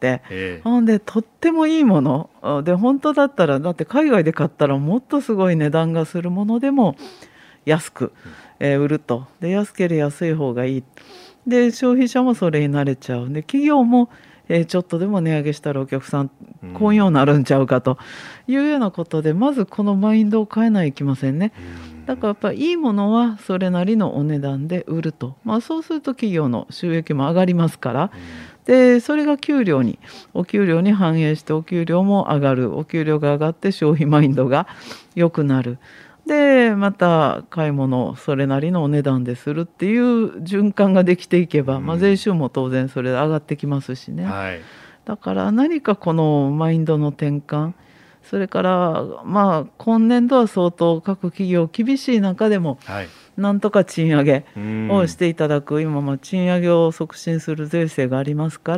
ほんでとってもいいもので、本当だったらだって海外で買ったらもっとすごい値段がするものでも安く、売ると。で安ければ安い方がいい。で消費者もそれに慣れちゃう。で企業もちょっとでも値上げしたらお客さん来んようになるんちゃうかというようなことで、まずこのマインドを変えないといけませんね。だからやっぱりいいものはそれなりのお値段で売ると、そうすると企業の収益も上がりますから、でそれがお給料に反映してお給料も上がる。お給料が上がって消費マインドが良くなる。でまた買い物をそれなりのお値段でするっていう循環ができていけば、税収も当然それで上がってきますしね。だから何かこのマインドの転換それから今年度は相当各企業厳しい中でも、なんとか賃上げをしていただく、今賃上げを促進する税制がありますから、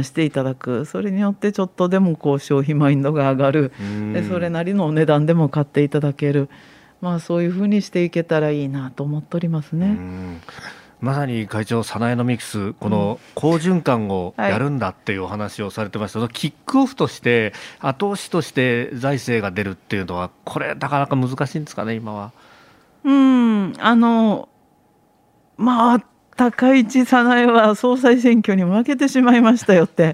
していただく、それによってちょっとでも消費マインドが上がる、でそれなりのお値段でも買っていただける、そういうふうにしていけたらいいなと思っておりますね。 まさに会長、サナエノミクス、この好循環をやるんだっていうお話をされてました。キックオフとして後押しとして財政が出るっていうのは、これなかなか難しいんですかね、今は。 高市早苗は総裁選挙に負けてしまいましたよって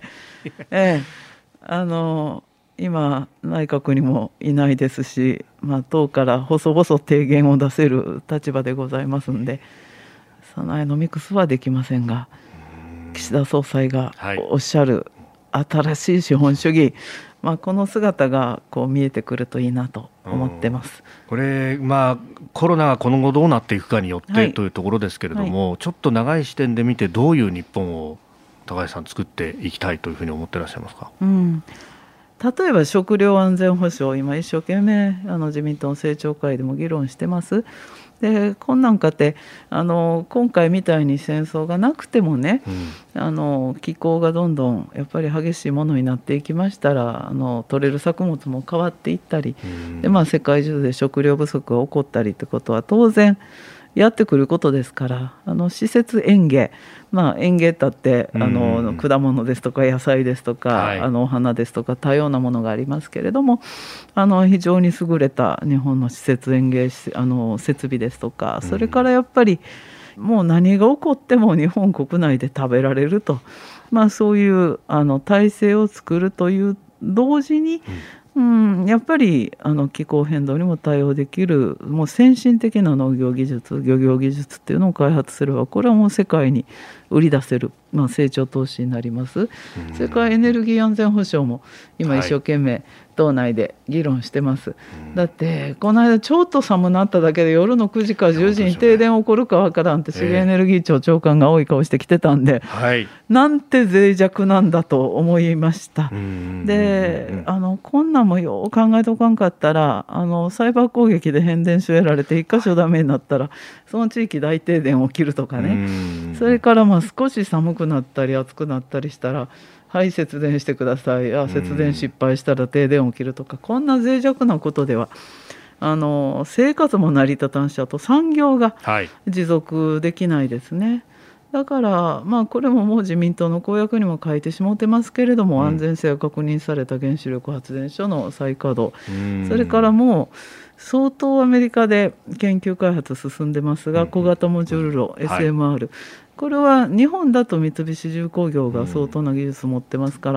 今内閣にもいないですし、党から細々提言を出せる立場でございますんで、サナエノミクスはできませんが、岸田総裁がおっしゃる新しい資本主義、この姿が見えてくるといいなと思ってます。 これ、コロナが今後どうなっていくかによってというところですけれども、ちょっと長い視点で見て、どういう日本を高橋さん作っていきたいというふうに思っていらっしゃいますか。 例えば食料安全保障、今一生懸命自民党の政調会でも議論してます。でこんなんかって今回みたいに戦争がなくてもね、気候がどんどんやっぱり激しいものになっていきましたら、取れる作物も変わっていったり、で世界中で食料不足が起こったりってことは当然やってくることですから、施設園芸、園芸だって果物ですとか野菜ですとか、お花ですとか多様なものがありますけれども、非常に優れた日本の施設園芸設備ですとか、それからやっぱりもう何が起こっても日本国内で食べられると、そういう体制を作るという同時に、やっぱり気候変動にも対応できるもう先進的な農業技術、漁業技術っていうのを開発すれば、これはもう世界に売り出せる、成長投資になります。それからエネルギー安全保障も今一生懸命党内で議論してます。だってこの間ちょっと寒なっただけで夜の9時から10時に停電起こるかわからんって資源エネルギー庁長官が多い顔してきてたんで、なんて脆弱なんだと思いました。でこんなんもよう考えとかんかったら、サイバー攻撃で変電所やられて一箇所ダメになったらその地域大停電起きるとかね、それから少し寒くなったり暑くなったりしたら、はい節電してください、節電失敗したら停電起きるとか、こんな脆弱なことでは生活も成り立たんし、あと産業が持続できないですね。だからこれももう自民党の公約にも書いてしまってますけれども、安全性が確認された原子力発電所の再稼働、それからもう相当アメリカで研究開発進んでますが、小型モジュール炉 SMR、これは日本だと三菱重工業が相当な技術を持ってますから、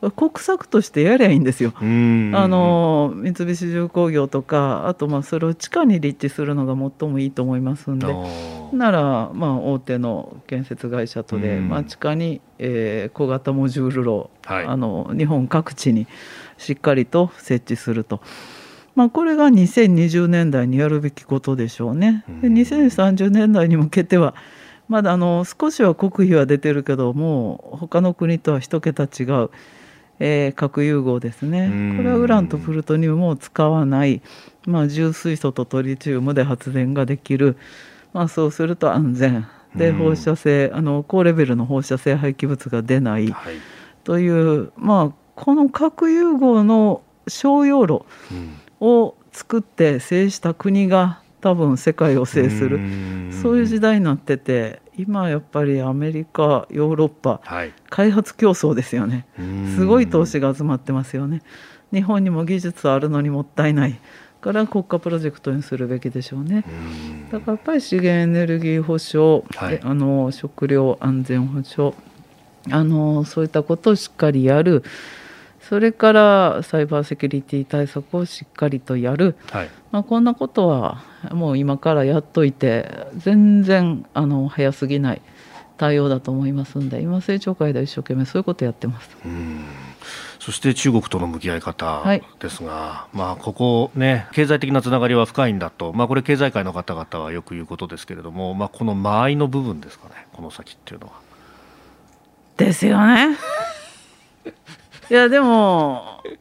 国策としてやりゃいいんですよ。三菱重工業とか、あとそれを地下に立地するのが最もいいと思いますんで、なら大手の建設会社とで、地下に、小型モジュール炉、日本各地にしっかりと設置すると。これが2020年代にやるべきことでしょうね。で2030年代に向けてはまだ少しは国費は出てるけども、他の国とは一桁違う、核融合ですね。これはウランとプルトニウムを使わない、重水素とトリチウムで発電ができる、そうすると安全で、放射性高レベルの放射性廃棄物が出ない、という、この核融合の商用炉を作って制した国が多分世界を制する、そういう時代になってて、今やっぱりアメリカ、ヨーロッパ、開発競争ですよね。すごい投資が集まってますよね。日本にも技術あるのにもったいないから国家プロジェクトにするべきでしょうね。だからやっぱり資源エネルギー保障、食料安全保障、そういったことをしっかりやる。それからサイバーセキュリティ対策をしっかりとやる、こんなことはもう今からやっといて全然早すぎない対応だと思いますので、今政調会で一生懸命そういうことをやってます。 そして中国との向き合い方ですが、ここね、経済的なつながりは深いんだと、これ経済界の方々はよく言うことですけれども、この間合いの部分ですかね、この先っていうのは。 ですよね。いやでも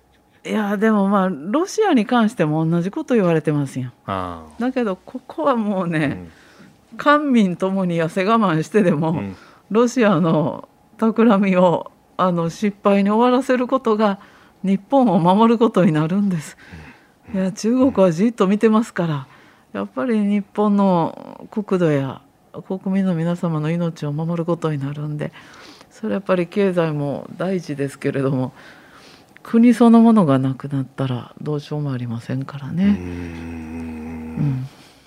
いやでもロシアに関しても同じこと言われてますよ。だけどここはもうね、官民ともに痩せ我慢してでも、ロシアの企みを失敗に終わらせることが日本を守ることになるんです。いや中国はじっと見てますから、やっぱり日本の国土や国民の皆様の命を守ることになるんで、それはやっぱり経済も大事ですけれども、国そのものがなくなったらどうしようもありませんからね。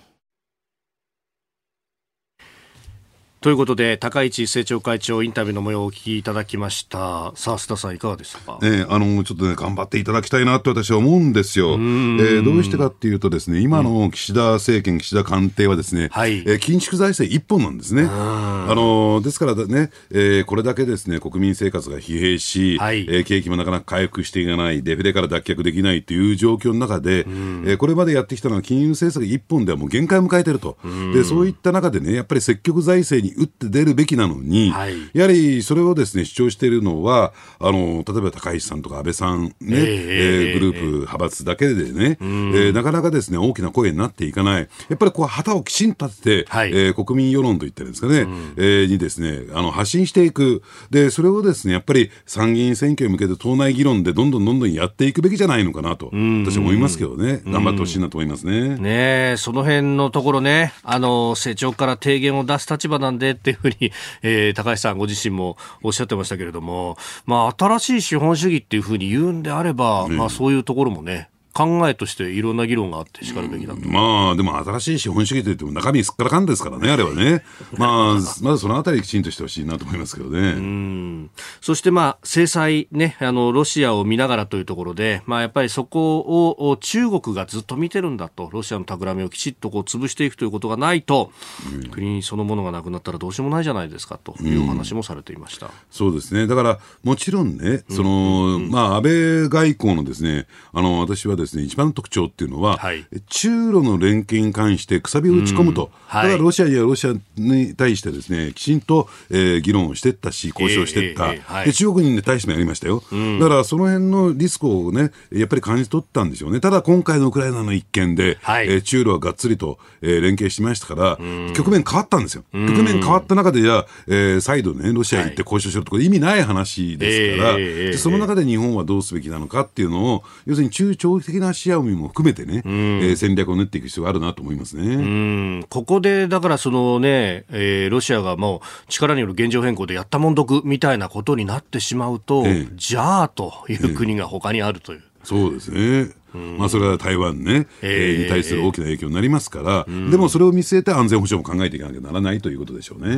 ということで高市政調会長インタビューの模様をお聞きいただきました。さあ須田さんいかがでしたか。 ちょっとね頑張っていただきたいなと私は思うんですよ。どうしてかっていうとですね、今の岸田政権、岸田官邸はですね、緊縮財政一本なんですね。ですからね、これだけですね国民生活が疲弊し、景気もなかなか回復していかない、デフレから脱却できないという状況の中で、これまでやってきたのは金融政策一本ではもう限界を迎えていると。でそういった中でね、やっぱり積極財政に打って出るべきなのに、やはりそれをですね主張しているのは例えば高市さんとか安倍さん、ねグループ派閥だけでね、なかなかですね大きな声になっていかない。やっぱりこう旗をきちんと立てて、国民世論といってるんですかね、にですね発信していく。でそれをですねやっぱり参議院選挙に向けて党内議論でどんどんやっていくべきじゃないのかなと私は思いますけどね。頑張ってほしいなと思いますね。 その辺のところね、政調から提言を出す立場なんでっていうふうに、高橋さんご自身もおっしゃってましたけれども、新しい資本主義っていうふうに言うんであれば、そういうところもね考えとしていろんな議論があってしかるべきだと。 でも新しい資本主義といっても中身すっからかんですからね、あれはね。まずそのあたりきちんとしてほしいなと思いますけどね。 そして制裁ね、ロシアを見ながらというところで、やっぱりそこを中国がずっと見てるんだと、ロシアの企みをきちっと潰していくということがないと、国そのものがなくなったらどうしようもないじゃないですかというお話もされていました。 そうですね。だからもちろんね、安倍外交のですね、私はですね一番の特徴っていうのは、中ロの連携に関してくさびを打ち込むと、だからロシアに対してですねきちんと、議論をしていったし交渉していった、で中国に対してもやりましたよ。だからその辺のリスクをねやっぱり感じ取ったんでしょうね。ただ今回のウクライナの一件で、中ロはがっつりと、連携しましたから、局面変わったんですよ。局面変わった中で再度ねロシアに行って交渉しろと、これ意味ない話ですから、でその中で日本はどうすべきなのかっていうのを要するに中長期的な視野も含めてね、戦略を練っていく必要があるなと思いますね。 ここでだからそのね、ロシアがもう力による現状変更でやったもんどくみたいなことになってしまうと、じゃあという国が他にあるという、 そうですね。それは台湾ね、に対する大きな影響になりますから、でもそれを見据えて安全保障も考えていかなきゃならないということでしょうね。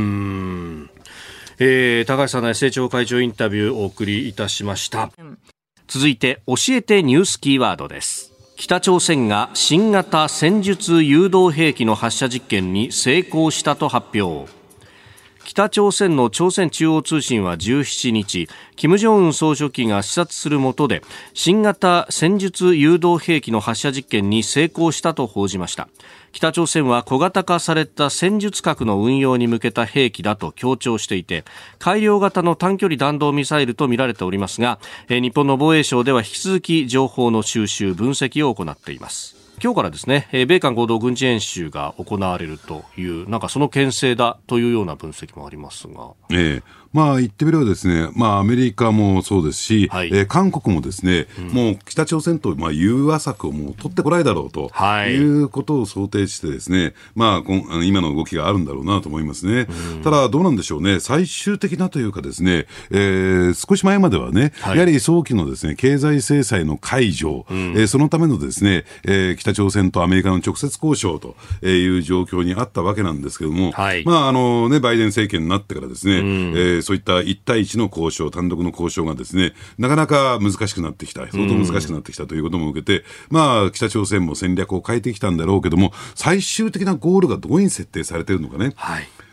高橋さんの政調会長インタビューをお送りいたしました。続いて教えてニュースキーワードです。北朝鮮が新型戦術誘導兵器の発射実験に成功したと発表。北朝鮮の朝鮮中央通信は17日、金正恩総書記が視察する下で新型戦術誘導兵器の発射実験に成功したと報じました。北朝鮮は小型化された戦術核の運用に向けた兵器だと強調していて、改良型の短距離弾道ミサイルと見られておりますが、日本の防衛省では引き続き情報の収集分析を行っています。今日からですね、米韓合同軍事演習が行われるという、なんかその牽制だというような分析もありますが、 言ってみればですね、アメリカもそうですし、韓国もですね、もう北朝鮮と融和策をもう取ってこないだろうということを想定してですね、今の動きがあるんだろうなと思いますね。ただどうなんでしょうね、最終的なというかですね、少し前まではね、やはり早期のですね経済制裁の解除、そのためのですね、北朝鮮とアメリカの直接交渉という状況にあったわけなんですけども、バイデン政権になってからですね、そういった1対1の交渉、単独の交渉がですね、なかなか難しくなってきた、相当難しくなってきたということも受けて、北朝鮮も戦略を変えてきたんだろうけども、最終的なゴールがどこに設定されているのかね。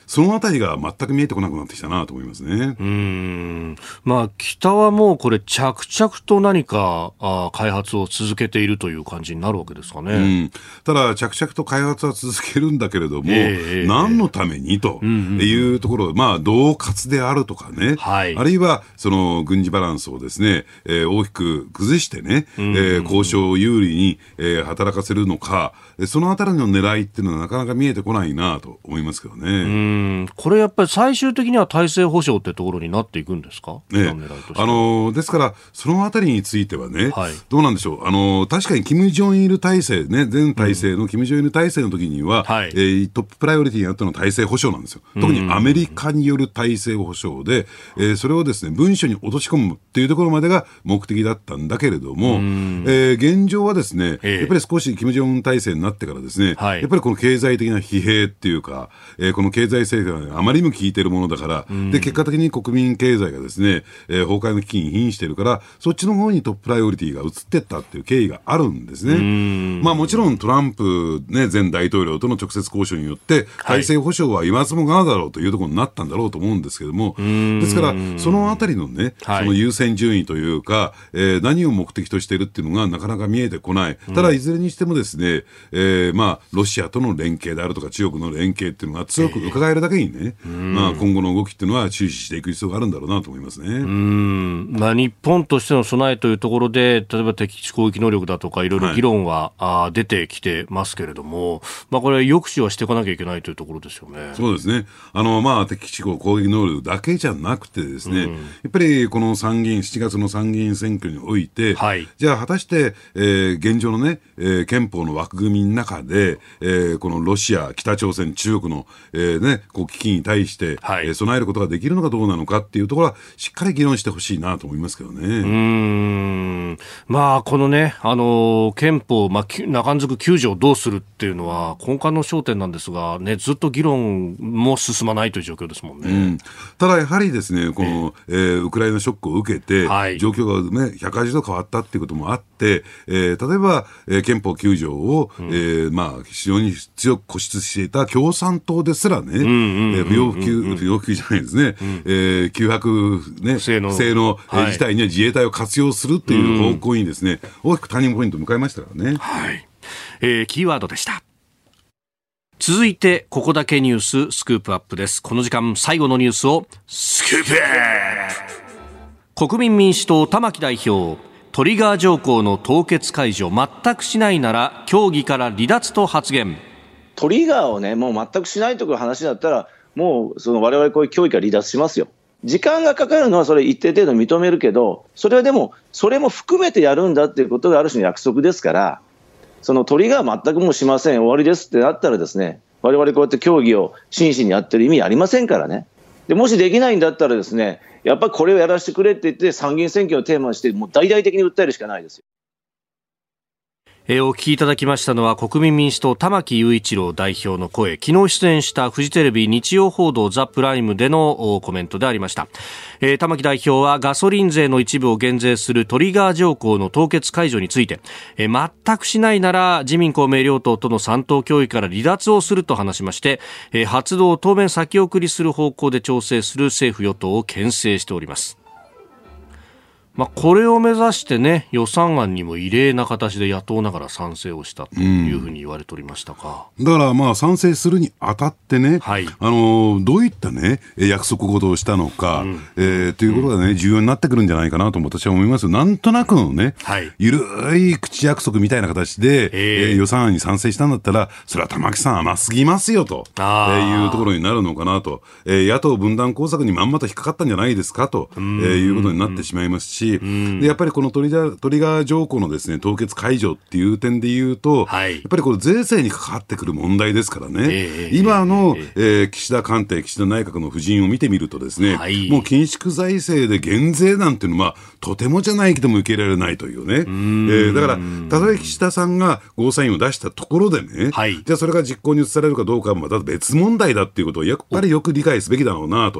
そのあたりが全く見えてこなくなってきたなと思いますね。 まあ、北はもうこれ着々と何か開発を続けているという感じになるわけですかね。 ただ着々と開発は続けるんだけれども、何のためにというところ、まあ、恫喝であるとかね、あるいはその軍事バランスをですね、大きく崩してね、交渉を有利に、働かせるのか、そのあたりの狙いっていうのはなかなか見えてこないなと思いますけどね。 これやっぱり最終的には体制保障ってところになっていくんですか？ ですからそのあたりについてはね、どうなんでしょう。確かに金正日体制ね、前体制の金正日体制の時には、トッププライオリティにあったのは体制保障なんですよ。特にアメリカによる体制保障で、それをですね文書に落とし込むっていうところまでが目的だったんだけれども、現状はですね、やっぱり少し金正恩体制になってからですね、やっぱりこの経済的な疲弊っていうか、この経済政策があまりにも効いているものだから、で結果的に国民経済がですね、崩壊の危機に瀕しているから、そっちの方にトッププライオリティが移っていったっていう経緯があるんですね。まあもちろんトランプ、ね、前大統領との直接交渉によって体制保障は言わずもがなだろうというところになったんだろうと思うんですけども、ですからそのあたりのね、その優先順位というか、何を目的としているっていうのがなかなか見えてこない。ただいずれにしてもですね、まあロシアとの連携であるとか中国の連携っていうのが強く伺えるだけにね、まあ今後の動きっていうのは注視していく必要があるんだろうなと思いますね。 まあ、日本としての備えというところで、例えば敵基地攻撃能力だとかいろいろ議論は、出てきてますけれども、まあ、これ抑止はしていかなきゃいけないというところですよね。 そうですね。まあ、敵基地攻撃能力だけじゃなくてですね、やっぱりこの7月の参議院選挙において、じゃあ果たして、現状のね、憲法の枠組みの中で、このロシア、北朝鮮、中国の、こう危機に対して、備えることができるのかどうなのかっていうところはしっかり議論してほしいなと思いますけどね。 まあこのね、憲法、まあ、中んづく9条をどうするっていうのは根幹の焦点なんですが、ね、ずっと議論も進まないという状況ですもんね。 ただやはりですね、この、ウクライナショックを受けて、状況が、ね、180度変わったっていうこともあって、例えば、憲法9条を、まあ、非常に強く固執していた共産党ですらね、不要不急じゃないですね、空白、ね、不正の事態には自衛隊を活用するという方向にですね、大きくターニングポイントを迎えましたからね。 キーワードでした。続いてここだけニューススクープアップです。この時間最後のニュースをスクープアップ。国民民主党玉木代表、トリガー条項の凍結解除全くしないなら協議から離脱と発言。 トリガーをね、もう全くしないという話だったら、もう我々こういう協議から離脱しますよ。時間がかかるのはそれ一定程度認めるけど、それはでもそれも含めてやるんだっていうことがある種の約束ですから、そのトリガー全くもうしません、終わりですってなったらですね、我々こうやって協議を真摯にやってる意味ありませんからね。でもしできないんだったらですね、やっぱりこれをやらせてくれって言って参議院選挙をテーマにしてもう大々的に訴えるしかないですよ。 お聞きいただきましたのは国民民主党玉木雄一郎代表の声。昨日出演したフジテレビ日曜報道ザ・プライムでのコメントでありました。玉木代表はガソリン税の一部を減税するトリガー条項の凍結解除について、全くしないなら自民公明両党との3党協議から離脱をすると話しまして、発動を当面先送りする方向で調整する政府与党を牽制しております。まあ、これを目指してね、予算案にも異例な形で野党ながら賛成をしたというふうに言われておりましたか。 だからまあ賛成するにあたってね、どういったね約束事をしたのか、ということがね重要になってくるんじゃないかなと私は思います。なんとなくのね、ゆるい口約束みたいな形で、予算案に賛成したんだったら、それは玉木さん甘すぎますよと、いうところになるのかなと、野党分断工作にまんまと引っかかったんじゃないですかと、いうことになってしまいますし、でやっぱりこのトリガー条項のですね凍結解除っていう点で言うと、やっぱりこれ税制に関わってくる問題ですからね、今の、岸田官邸岸田内閣の布陣を見てみるとですね、もう緊縮財政で減税なんていうのはとてもじゃないけども受け入れられないというね、だからたとえ岸田さんがゴーサインを出したところでね、じゃあそれが実行に移されるかどうかはまた別問題だっていうことをやっぱりよく理解すべきだろうなと。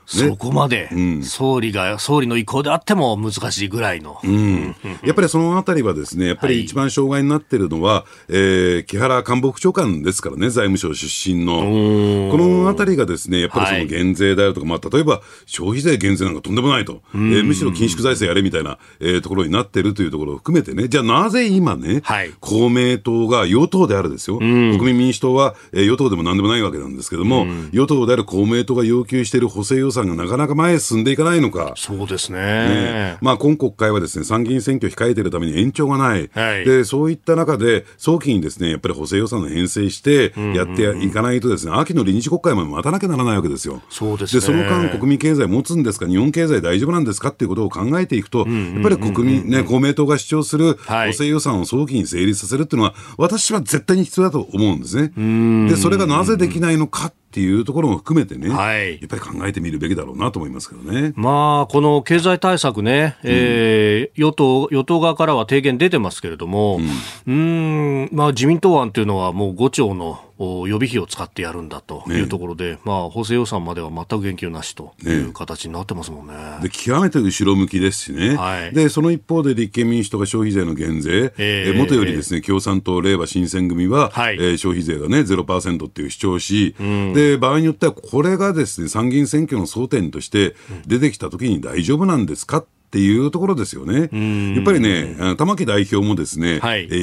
そこまで、総理の意向であっても難しいぐらいの、 やっぱりそのあたりはですね、やっぱり一番障害になっているのは、木原官房副長官ですからね、財務省出身のこのあたりがですね、やっぱりその減税であるとか、例えば消費税減税なんかとんでもないと、むしろ緊縮財政やれみたいな、ところになっているというところを含めてね、じゃあなぜ今ね、公明党が与党であるですよ、国民民主党は、与党でもなんでもないわけなんですけども、与党である公明党が要求している補正予算がなかなか前へ進んでいかないのか。 そうですね。 今国会はですね、参議院選挙を控えているために延長がない。で、そういった中で、早期にですね、やっぱり補正予算の編成してやっていかないとですね、秋の臨時国会まで待たなきゃならないわけですよ。 そうですね。 で、その間、国民経済持つんですか、日本経済大丈夫なんですかっていうことを考えていくと、やっぱり公明党が主張する補正予算を早期に成立させるっていうのは、私は絶対に必要だと思うんですね。で、それがなぜできないのかっていうところも含めてね、やっぱり考えてみるべきだろうなと思いますけどね。 この経済対策ね、与党側からは提言出てますけれども、自民党案というのはもう5兆の予備費を使ってやるんだというところで、補正予算までは全く言及なしという形になってますもんね。 で、極めて後ろ向きですしね。で、その一方で立憲民主党が消費税の減税、元よりですね、共産党、れいわ新選組は、消費税がね、0% っていう主張し、で、場合によってはこれがですね、参議院選挙の争点として出てきたときに大丈夫なんですかっていうところですよね。やっぱりね、玉木代表もですね、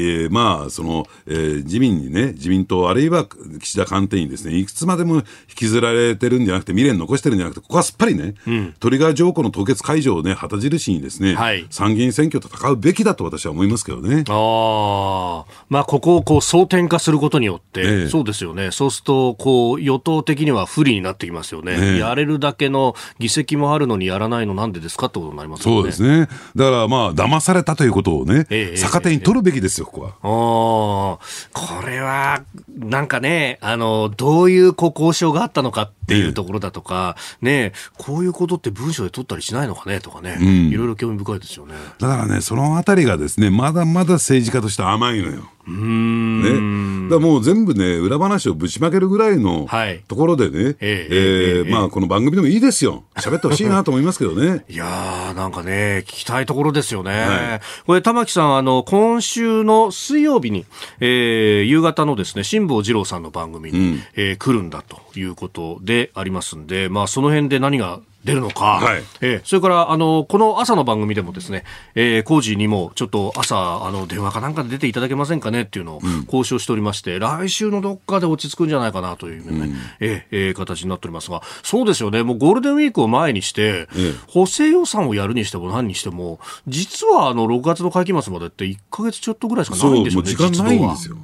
自民にね、自民党あるいは岸田官邸にですね、いくつまでも引きずられてるんじゃなくて、未練残してるんじゃなくて、ここはすっぱりね、トリガー条項の凍結解除をね、旗印にですね、参議院選挙と戦うべきだと私は思いますけどね。 ここを争点化することによって、そうですよね。そうすると、与党的には不利になってきますよね。やれるだけの議席もあるのにやらないのなんでですかってことになりますよね。 そうですね。だから騙されたということをね、逆手に取るべきですよ、ここは。 これは、なんかね、どういう交渉があったのかっていうところだとか、こういうことって文章で取ったりしないのかねとかね、いろいろ興味深いですよね。 だからね、そのあたりがですね、まだまだ政治家として甘いのよ。だからもう全部ね、裏話をぶちまけるぐらいのところでね、この番組でもいいですよ。喋ってほしいなと思いますけどね。 いやー、なんかね、聞きたいところですよね。これ、玉木さん、今週の水曜日に、夕方のですね、辛坊治郎さんの番組に、来るんだということでありますんで、その辺で何が出るのか、それからこの朝の番組でもですね、工事にもちょっと朝電話かなんかで出ていただけませんかねっていうのを交渉しておりまして、来週のどっかで落ち着くんじゃないかなという、形になっておりますが、そうですよね。もうゴールデンウィークを前にして、補正予算をやるにしても何にしても、実は6月の会期末までって1ヶ月ちょっとぐらいしかないんですよね。 そう、もう時間ないんですよ。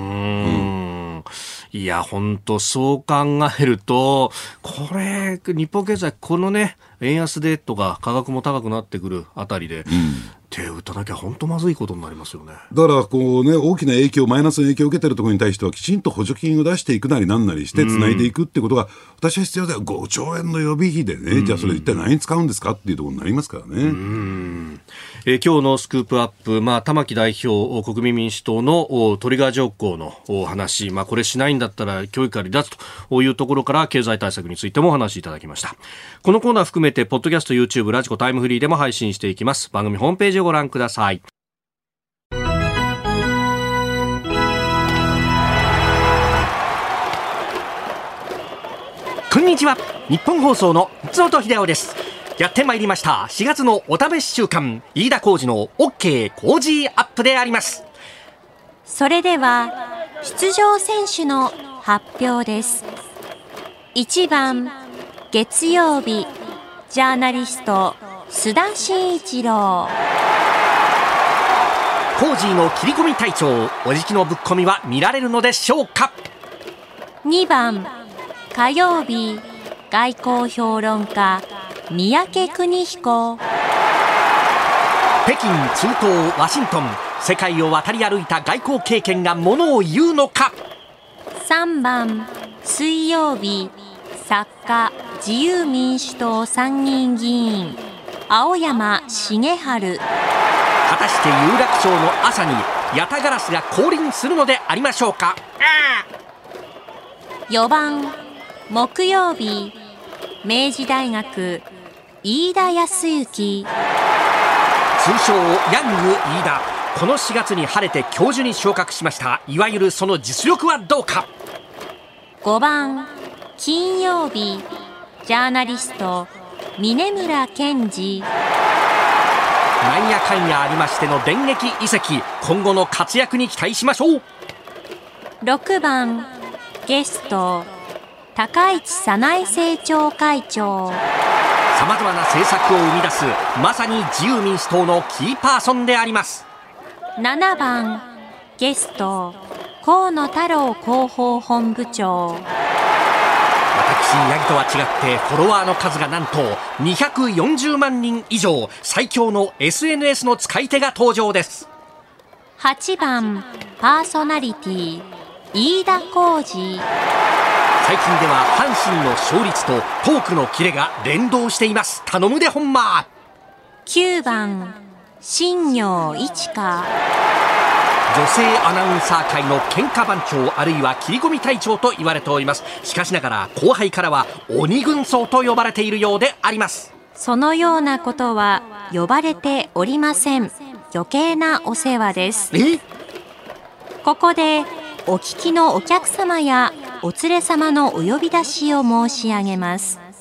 いや、本当そう考えると、これ、日本経済、このね、円安でとか価格も高くなってくるあたりで、手を打たなきゃ本当まずいことになりますよね。 だから大きな影響、マイナスの影響を受けているところに対してはきちんと補助金を出していくなりなんなりしてつないでいくってことが私は必要だよ。5兆円の予備費でね、じゃあそれ一体何に使うんですかっていうところになりますからね。 今日のスクープアップ、玉木代表、国民民主党のトリガー条項の話、これしないんだったら教育から離脱というところから経済対策についてもお話しいただきました。このコーナー含めてポッドキャスト、YouTube、ラジコ、タイムフリーでも配信していきます。番組ホームページをご覧ください。こんにちは、日本放送の松本秀夫です。やってまいりました4月のお試し週間、飯田浩司の OK 工事アップであります。 それでは出場選手の発表です。1番月曜日、ジャーナリスト須田慎一郎。 コージーの切り込み隊長、おじきのぶっ込みは見られるのでしょうか。 2番火曜日、外交評論家三宅邦彦。 北京、中東、ワシントン、世界を渡り歩いた外交経験がものを言うのか。 3番水曜日、作家、自由民主党参議院議員青山茂春。 果たして有楽町の朝にヤタガラスが降臨するのでありましょうか。 4番木曜日、 明治大学飯田康之、 通称ヤング飯田。この4月に晴れて教授に昇格しました。いわゆるその実力はどうか。 5番金曜日ジャーナリスト峯村健二、 なんやかんやありましての電撃移籍、今後の活躍に期待しましょう。 6番ゲスト高市早苗政調会長、 さまざまな政策を生み出すまさに自由民主党のキーパーソンであります。 7番ゲスト河野太郎広報本部長、 私ヤギとは違ってフォロワーの数がなんと240万人以上、最強の SNS の使い手が登場です。 8番パーソナリティ飯田浩司、 最近では阪神の勝率とトークのキレが連動しています。頼むでほんま。 9番新業一華、 女性アナウンサー界の喧嘩番長、あるいは切り込み隊長と言われております。しかしながら後輩からは鬼軍曹と呼ばれているようであります。 そのようなことは呼ばれておりません。余計なお世話です。ここでお聞きのお客様やお連れ様のお呼び出しを申し上げます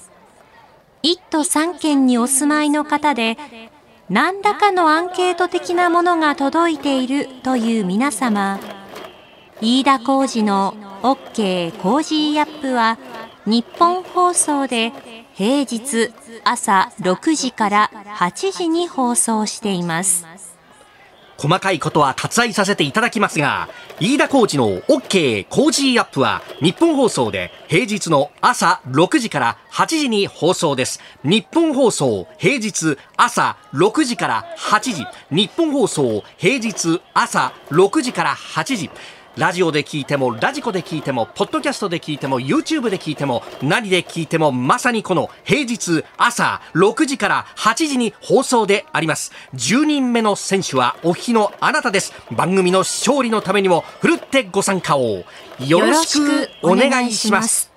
。1都3県にお住まいの方で何らかのアンケート的なものが届いているという皆様、飯田浩司の OK コージーアップは日本放送で平日朝6時から8時に放送しています。 細かいことは割愛させていただきますが、飯田浩司の OK コージーアップは日本放送で平日の朝6時から8時に放送です。日本放送平日朝6時から8時、日本放送平日朝6時から8時、ラジオで聞いてもラジコで聞いてもポッドキャストで聞いても YouTube で聞いても何で聞いても、まさにこの平日朝6時から8時に放送であります。10人目の選手はお聞きのあなたです。番組の勝利のためにもふるってご参加をよろしくお願いします。